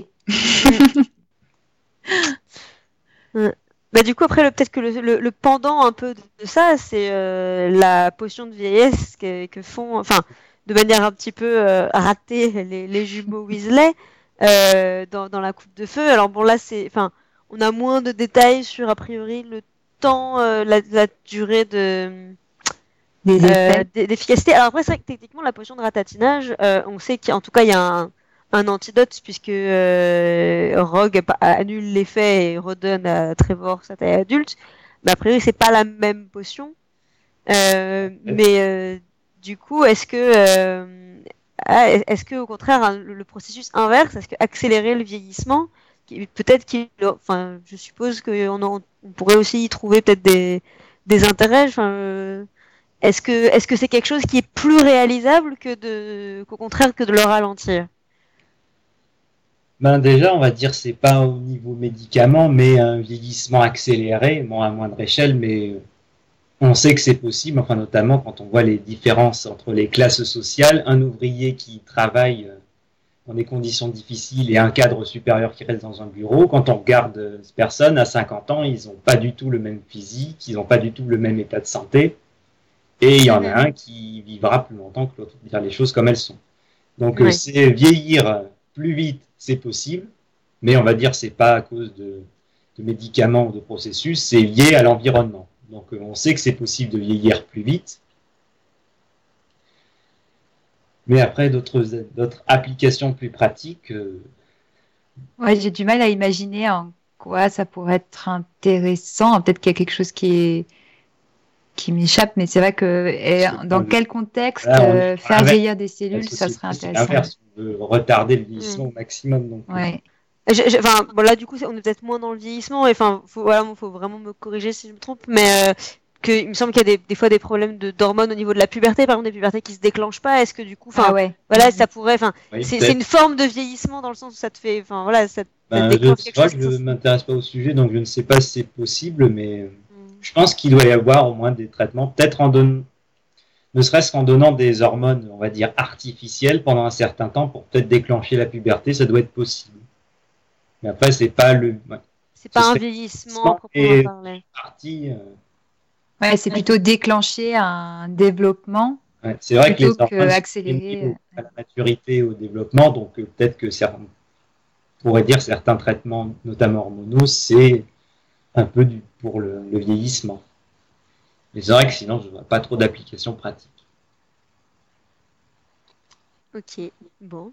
Bah, du coup, après, le, peut-être que le, le, le pendant un peu de, de ça, c'est euh, la potion de vieillesse que, que font, enfin, de manière un petit peu euh, ratée, les, les jumeaux Weasley euh, dans, dans la coupe de feu. Alors bon, là, c'est, enfin, on a moins de détails sur, a priori, le temps, euh, la, la durée de des euh, d'efficacité. Alors après, c'est vrai que techniquement, la potion de ratatinage, euh, on sait qu'en tout cas, il y a un un antidote puisque euh, Rogue annule l'effet et redonne à Trevor sa taille adulte. Mais a priori, c'est pas la même potion. Euh, mais euh, du coup, est-ce que, euh, est-ce que au contraire, hein, le, le processus inverse, est-ce que accélérer le vieillissement, peut-être qu'il, enfin, je suppose qu'on on pourrait aussi y trouver peut-être des, des intérêts. Enfin, euh, est-ce que, est-ce que c'est quelque chose qui est plus réalisable que de, qu'au contraire que de le ralentir? Ben déjà, on va dire c'est pas au niveau médicament, mais un vieillissement accéléré, bon à moindre échelle, mais on sait que c'est possible, enfin notamment quand on voit les différences entre les classes sociales, un ouvrier qui travaille dans des conditions difficiles et un cadre supérieur qui reste dans un bureau, quand on regarde ces personnes à cinquante ans, ils n'ont pas du tout le même physique, ils n'ont pas du tout le même état de santé, et il y en a un qui vivra plus longtemps que l'autre, dire les choses comme elles sont. Donc oui. C'est vieillir plus vite, c'est possible, mais on va dire c'est pas à cause de, de médicaments ou de processus, c'est lié à l'environnement. Donc on sait que c'est possible de vieillir plus vite, mais après d'autres d'autres applications plus pratiques. Euh... Ouais, j'ai du mal à imaginer en quoi ça pourrait être intéressant. Peut-être qu'il y a quelque chose qui est qui m'échappe, mais c'est vrai que et dans quel contexte là, euh, faire avec, vieillir des cellules, ça serait intéressant. L'inverse, on veut retarder le vieillissement mmh. au maximum. Donc, ouais. Je, je, enfin, bon, là, du coup, on est peut-être moins dans le vieillissement. Enfin, faut, voilà, faut vraiment me corriger si je me trompe, mais euh, que, il me semble qu'il y a des, des fois des problèmes de, d'hormones au niveau de la puberté, par exemple, des pubertés qui se déclenchent pas. Est-ce que du coup, enfin, ah ouais. voilà, mmh. ça pourrait, enfin, oui, c'est, c'est une forme de vieillissement dans le sens où ça te fait, enfin, voilà, ça, ben, ça te déclenche je, quelque chose. Je ne m'intéresse pas au sujet, donc je ne sais pas si c'est possible, mais je pense qu'il doit y avoir au moins des traitements, peut-être en donnant, ne serait-ce qu'en donnant des hormones, on va dire artificielles pendant un certain temps pour peut-être déclencher la puberté, ça doit être possible. Mais après, c'est pas le. Ouais, c'est pas un vieillissement proprement parler. Partie, euh... ouais, c'est plutôt déclencher un développement. Ouais, c'est vrai que les hormones accélérer à la maturité, au développement, donc euh, peut-être que certains, on pourrait dire certains traitements, notamment hormonaux, c'est un peu du, pour le, le vieillissement. Mais c'est vrai que sinon, je ne vois pas trop d'applications pratiques. Ok, bon.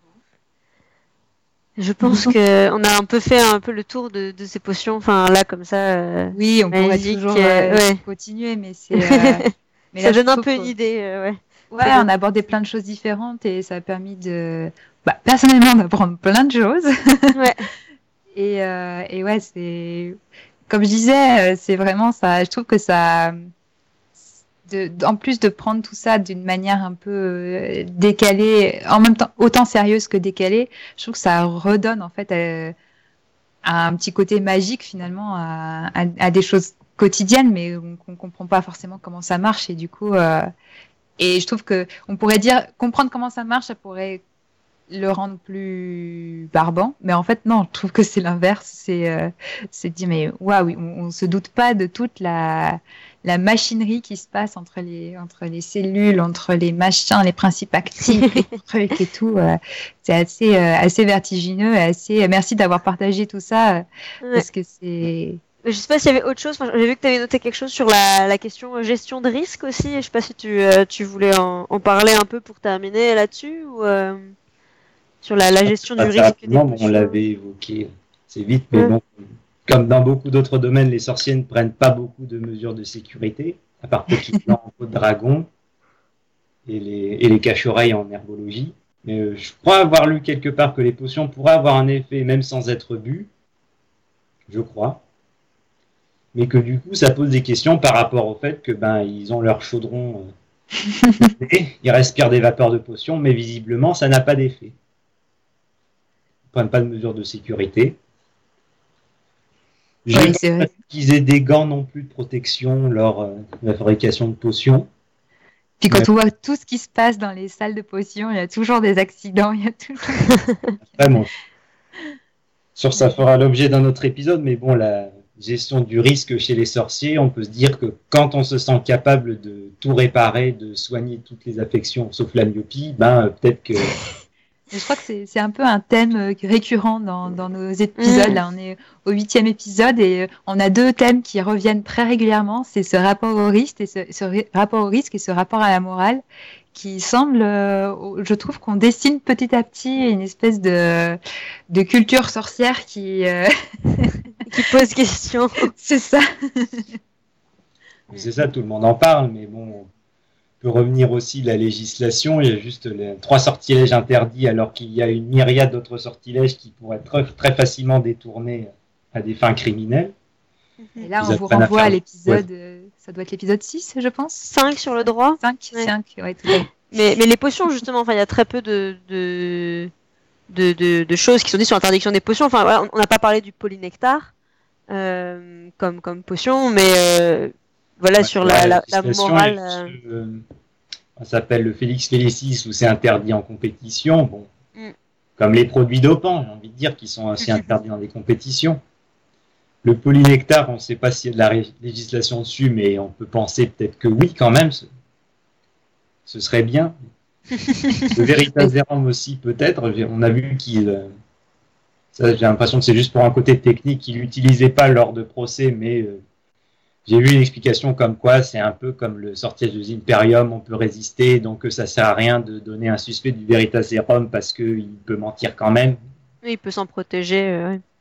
Je pense que on a un peu fait un peu le tour de, de ces potions. Enfin, là, comme ça. Euh, oui, on pourrait toujours euh, ouais. continuer, mais c'est. Euh, mais ça là, donne un peu une idée, euh, ouais. Ouais, on a abordé plein de choses différentes et ça a permis de bah, personnellement d'apprendre plein de choses. Ouais. et, euh, et ouais, c'est comme je disais, c'est vraiment ça. Je trouve que ça, de, en plus de prendre tout ça d'une manière un peu euh, décalée, en même temps autant sérieuse que décalée, je trouve que ça redonne en fait euh, un petit côté magique finalement à, à, à des choses quotidiennes, mais qu'on ne comprend pas forcément comment ça marche. Et du coup, euh, et je trouve que on pourrait dire comprendre comment ça marche, ça pourrait le rendre plus barbant, mais en fait non, je trouve que c'est l'inverse. C'est euh, c'est dire mais waouh, on, on se doute pas de toute la la machinerie qui se passe entre les entre les cellules, entre les machins, les principes actifs, les trucs et tout. Euh, c'est assez euh, assez vertigineux, et assez. Merci d'avoir partagé tout ça euh, Ouais. parce que c'est. Je sais pas s'il y avait autre chose. Enfin, j'ai vu que tu avais noté quelque chose sur la, la question gestion de risque aussi. Je sais pas si tu, euh, tu voulais en, en parler un peu pour terminer là-dessus ou euh, sur la, la gestion du risque des Non, potions. on l'avait évoqué, c'est vite, mais Ouais. bon, comme dans beaucoup d'autres domaines, les sorciers ne prennent pas beaucoup de mesures de sécurité, à part petit blanc en peau de dragon et les, et les cache-oreilles en herbologie. Mais euh, je crois avoir lu quelque part que les potions pourraient avoir un effet même sans être bu, je crois. Mais que du coup, ça pose des questions par rapport au fait que ben ils ont leur chaudron, euh, et ils respirent des vapeurs de potions, mais visiblement, ça n'a pas d'effet. Ils ne prennent pas de mesures de sécurité. J'ai Oui, pas c'est vrai. utilisé des gants non plus de protection lors euh, de la fabrication de potions. Puis quand Ouais. on voit tout ce qui se passe dans les salles de potions, il y a toujours des accidents, il y a toujours. Vraiment. Sur ça fera l'objet d'un autre épisode, mais bon, la gestion du risque chez les sorciers, on peut se dire que quand on se sent capable de tout réparer, de soigner toutes les affections, sauf la myopie, ben euh, peut-être que Je crois que c'est, c'est un peu un thème euh, récurrent dans, dans nos épisodes. Mmh. Là, on est au huitième épisode et euh, on a deux thèmes qui reviennent très régulièrement. C'est ce rapport au risque et ce, ce ri- rapport au risque et ce rapport à la morale qui semble, euh, je trouve qu'on dessine petit à petit une espèce de, de culture sorcière qui, euh, Qui pose question. c'est ça. c'est ça, tout le monde en parle, mais bon, on peut revenir aussi la législation. Il y a juste les trois sortilèges interdits, alors qu'il y a une myriade d'autres sortilèges qui pourraient être très, très facilement détournés à des fins criminelles. Et là, Ils on vous apprennent à renvoie à, faire- l'épisode, euh, ça doit être l'épisode six, je pense. cinq sur le droit. cinq, Ouais. cinq, ouais, tout à fait. Mais, mais les potions, justement, enfin, il y a très peu de, de, de, de, de choses qui sont dites sur l'interdiction des potions. Enfin, voilà, on n'a pas parlé du polynectar euh, comme, comme potion, mais euh, voilà, Ouais, sur ouais, la, la, la législation, morale. il y a euh, juste, euh, ça s'appelle le Félix Félicis, où c'est interdit en compétition. Bon, Mm. comme les produits dopants, j'ai envie de dire, qui sont aussi interdits dans des compétitions. Le polynectar, on ne sait pas s'il y a de la ré- législation dessus, mais on peut penser peut-être que oui, quand même. Ce, ce serait bien. Le Veritaserum aussi, peut-être. J'ai- On a vu qu'il. euh, ça, j'ai l'impression que c'est juste pour un côté technique qu'il l'utilisait pas lors de procès, mais euh, j'ai vu une explication comme quoi c'est un peu comme le sortilège de Imperium, on peut résister, donc euh, ça sert à rien de donner un suspect du Veritaserum parce qu'il peut mentir quand même. Il peut s'en protéger. euh, ouais.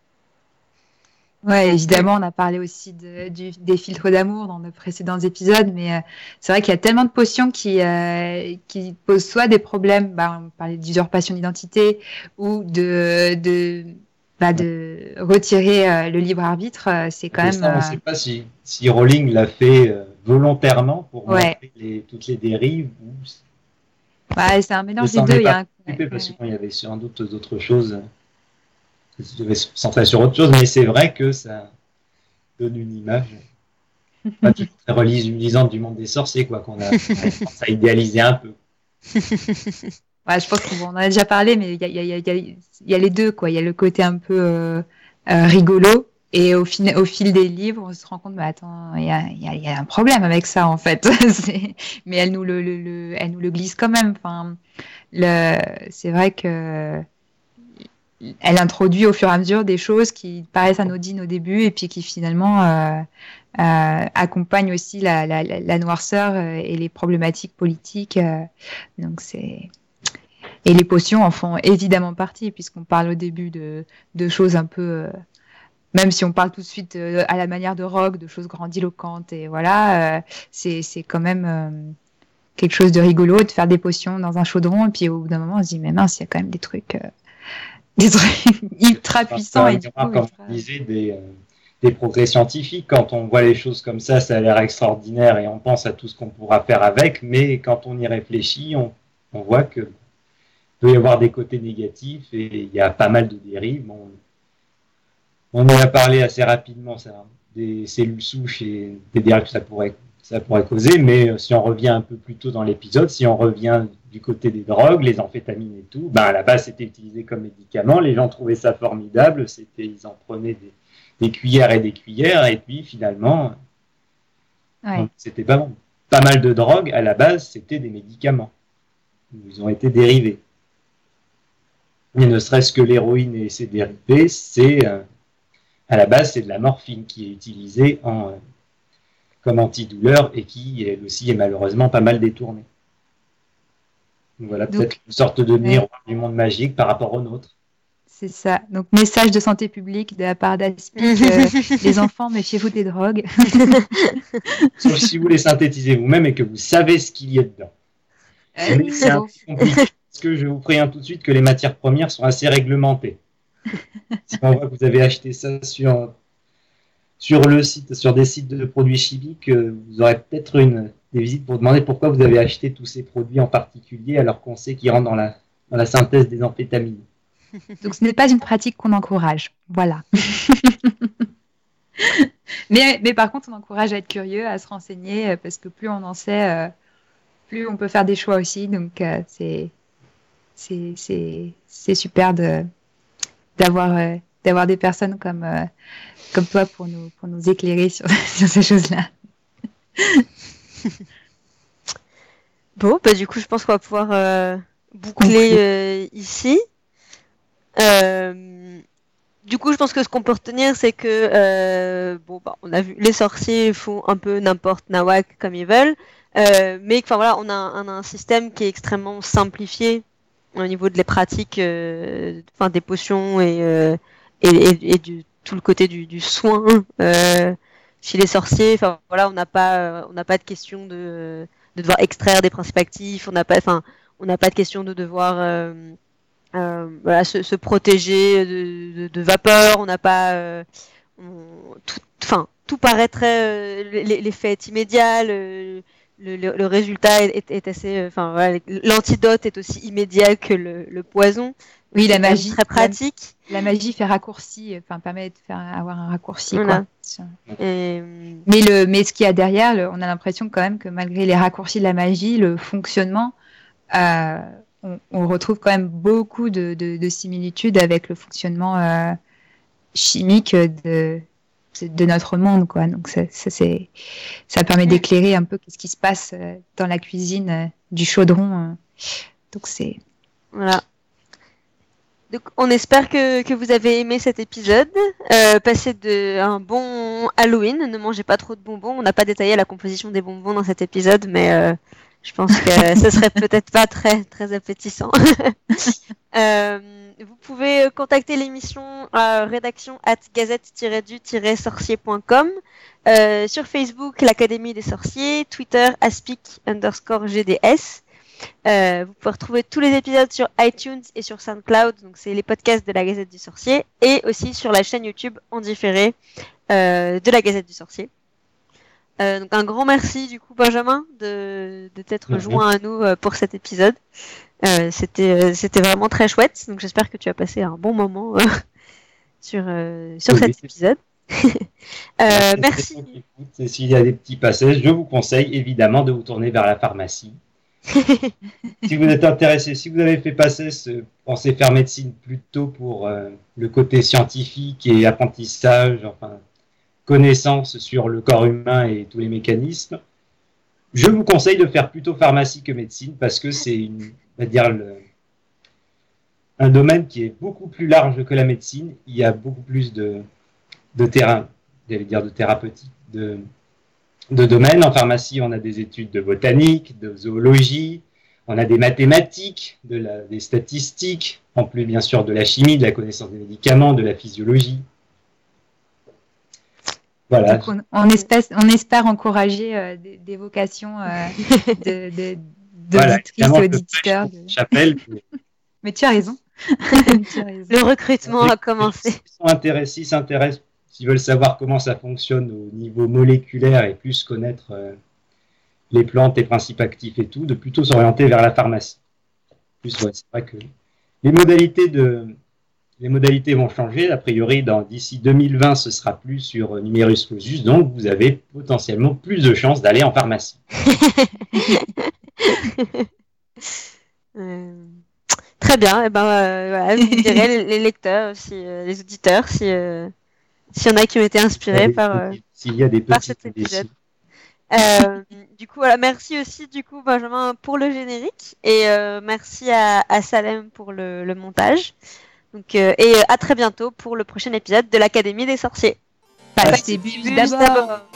Ouais, évidemment, on a parlé aussi de, du, des filtres d'amour dans nos précédents épisodes, mais euh, c'est vrai qu'il y a tellement de potions qui, euh, qui posent soit des problèmes, bah, on parlait d'usurpation d'identité, ou de, de, bah, de retirer euh, le libre arbitre, euh, c'est quand Et même... ça, on ne euh, sait pas si, si Rowling l'a fait euh, volontairement pour Ouais. montrer les, toutes les dérives ou ouais, c'est un ne mélange des s'en deux. est Il y a pas un... occupé parce ouais. qu'il y avait sans doute d'autres choses. euh, Je devais se centrer sur autre chose, mais c'est vrai que ça donne une image pas toujours très relisante du monde des sorciers, quoi, qu'on a tendance à idéaliser un peu. Ouais, je pense qu'on en a déjà parlé, mais il y a, il y, a, il y, a, il y a les deux, quoi. Il y a le côté un peu euh, euh, rigolo, et au, fin, au fil des livres, on se rend compte, bah attends, il y a, il y a, il y a un problème avec ça, en fait. c'est... Mais elle nous le, le, le, elle nous le glisse quand même. Enfin, le... C'est vrai que elle introduit au fur et à mesure des choses qui paraissent anodines au début, et puis qui finalement euh, euh, accompagnent aussi la, la, la, la noirceur et les problématiques politiques. Euh, donc c'est... Et les potions en font évidemment partie, puisqu'on parle au début de, de choses un peu, euh, même si on parle tout de suite euh, à la manière de Rogue, de choses grandiloquentes, et voilà, euh, c'est, c'est quand même euh, quelque chose de rigolo, de faire des potions dans un chaudron, et puis au bout d'un moment, on se dit, mais mince, il y a quand même des trucs, euh, des trucs ultra puissants. Enfin, Et du coup, comme ultra... on disait, des, euh, des progrès scientifiques. Quand on voit les choses comme ça, ça a l'air extraordinaire et on pense à tout ce qu'on pourra faire avec, mais quand on y réfléchit, on, on voit que peut y avoir des côtés négatifs et il y a pas mal de dérives. Bon, on en a parlé assez rapidement, ça, des cellules souches et des dérives que ça pourrait, ça pourrait causer, mais si on revient un peu plus tôt dans l'épisode, si on revient du côté des drogues, les amphétamines et tout, ben à la base c'était utilisé comme médicament, les gens trouvaient ça formidable, c'était, ils en prenaient des, des cuillères et des cuillères, et puis finalement, Ouais. c'était pas bon. Pas mal de drogues, à la base, c'était des médicaments. Ils ont été dérivés. Mais ne serait-ce que l'héroïne et ses dérivés, c'est... Euh, à la base, c'est de la morphine qui est utilisée en, euh, comme antidouleur et qui, elle aussi, est malheureusement pas mal détournée. Donc voilà, peut-être Donc, une sorte de ouais. miroir du monde magique par rapport au nôtre. C'est ça. Donc, message de santé publique de la part d'Aspic. euh, les enfants, méfiez-vous des drogues. Sauf si vous les synthétisez vous-même et que vous savez ce qu'il y a dedans. Mais c'est un peu compliqué, parce que je vous préviens tout de suite que les matières premières sont assez réglementées. Si on voit que vous avez acheté ça sur, sur le site, sur des sites de produits chimiques, vous aurez peut-être une, des visites pour demander pourquoi vous avez acheté tous ces produits en particulier alors qu'on sait qu'ils rentrent dans la, dans la synthèse des amphétamines. Donc, ce n'est pas une pratique qu'on encourage. Voilà. mais, mais par contre, on encourage à être curieux, à se renseigner, parce que plus on en sait, euh, plus on peut faire des choix aussi. Donc, euh, c'est, c'est, c'est, c'est super de, d'avoir, euh, d'avoir des personnes comme, euh, comme toi pour nous, pour nous éclairer sur, sur ces choses-là. Bon, bah du coup, je pense qu'on va pouvoir euh, boucler euh, ici. Euh, du coup, je pense que ce qu'on peut retenir, c'est que euh, bon, bah, on a vu les sorciers font un peu n'importe nawak comme ils veulent, euh, mais enfin voilà, on a, un, on a un système qui est extrêmement simplifié au niveau de les pratiques, euh, enfin des potions et euh, et, et, et du tout le côté du, du soin euh, chez les sorciers. Enfin voilà, on n'a pas on n'a pas de question de de devoir extraire des principes actifs, on n'a pas, enfin on n'a pas de question de devoir euh, Euh, voilà, se, se protéger de, de, de vapeur, on n'a pas, euh, on, tout, enfin, tout paraît très, euh, l'effet est immédiat, le, le, le résultat est, est, est assez, enfin, voilà, l'antidote est aussi immédiat que le, le poison. Oui, la magie, très pratique. La, la magie fait raccourci, enfin permet de faire avoir un raccourci. Voilà. Quoi. Et... Mais le, mais ce qu'il y a derrière, le, on a l'impression quand même que malgré les raccourcis de la magie, le fonctionnement euh, On, on retrouve quand même beaucoup de, de, de similitudes avec le fonctionnement euh, chimique de, de notre monde, quoi. Donc ça, ça, c'est, ça permet d'éclairer un peu ce qui se passe dans la cuisine du chaudron. Donc c'est voilà. Donc on espère que, que vous avez aimé cet épisode. Euh, passez de un bon Halloween. Ne mangez pas trop de bonbons. On n'a pas détaillé la composition des bonbons dans cet épisode, mais euh, je pense que ce serait peut-être pas très très appétissant. euh, vous pouvez contacter l'émission à rédaction at gazette-du-sorcier point com, euh, sur Facebook l'Académie des Sorciers, Twitter aspic underscore gds. Euh, vous pouvez retrouver tous les épisodes sur iTunes et sur SoundCloud, donc c'est les podcasts de la Gazette du Sorcier, et aussi sur la chaîne YouTube en différé euh, de la Gazette du Sorcier. Euh, donc un grand merci du coup Benjamin de, de t'être Mm-hmm. joint à nous euh, pour cet épisode. Euh, c'était euh, c'était vraiment très chouette. Donc j'espère que tu as passé un bon moment euh, sur euh, sur oui, cet oui. épisode. euh, merci. Et s'il y a des petits passages, je vous conseille évidemment de vous tourner vers la pharmacie. Si vous êtes intéressé, si vous avez fait passer ce pensez faire médecine plutôt pour euh, le côté scientifique et apprentissage, enfin connaissance sur le corps humain et tous les mécanismes, je vous conseille de faire plutôt pharmacie que médecine parce que c'est une, on va dire le, un domaine qui est beaucoup plus large que la médecine. Il y a beaucoup plus de, de terrain, j'allais dire de thérapeutique, de, de domaines. En pharmacie, on a des études de botanique, de zoologie, on a des mathématiques, de la, des statistiques, en plus bien sûr de la chimie, de la connaissance des médicaments, de la physiologie. Voilà. Donc on, on, espère, on espère encourager euh, des, des vocations euh, de, de, d'auditrices voilà, et auditeurs. De... Chapelle. Mais tu as raison. tu as raison. Le recrutement a commencé. S'ils sont intéressés, s'ils s'intéressent, s'ils veulent savoir comment ça fonctionne au niveau moléculaire et plus connaître euh, les plantes, les principes actifs et tout, de plutôt s'orienter vers la pharmacie. Plus, ouais, c'est vrai que les modalités de les modalités vont changer. A priori, dans d'ici deux mille vingt, ce sera plus sur numerus clausus, donc vous avez potentiellement plus de chances d'aller en pharmacie. euh, très bien. Et ben, euh, voilà, vous me direz les, les lecteurs, si, euh, les auditeurs, si euh, s'il y en a qui ont été inspirés des, par, euh, s'il y a des par petits cet épisode. défis. Euh, du coup, voilà, merci aussi du coup Benjamin pour le générique et euh, merci à, à Salem pour le, le montage. Donc, euh, et à très bientôt pour le prochain épisode de l'Académie des sorciers. Passez bus d'abord.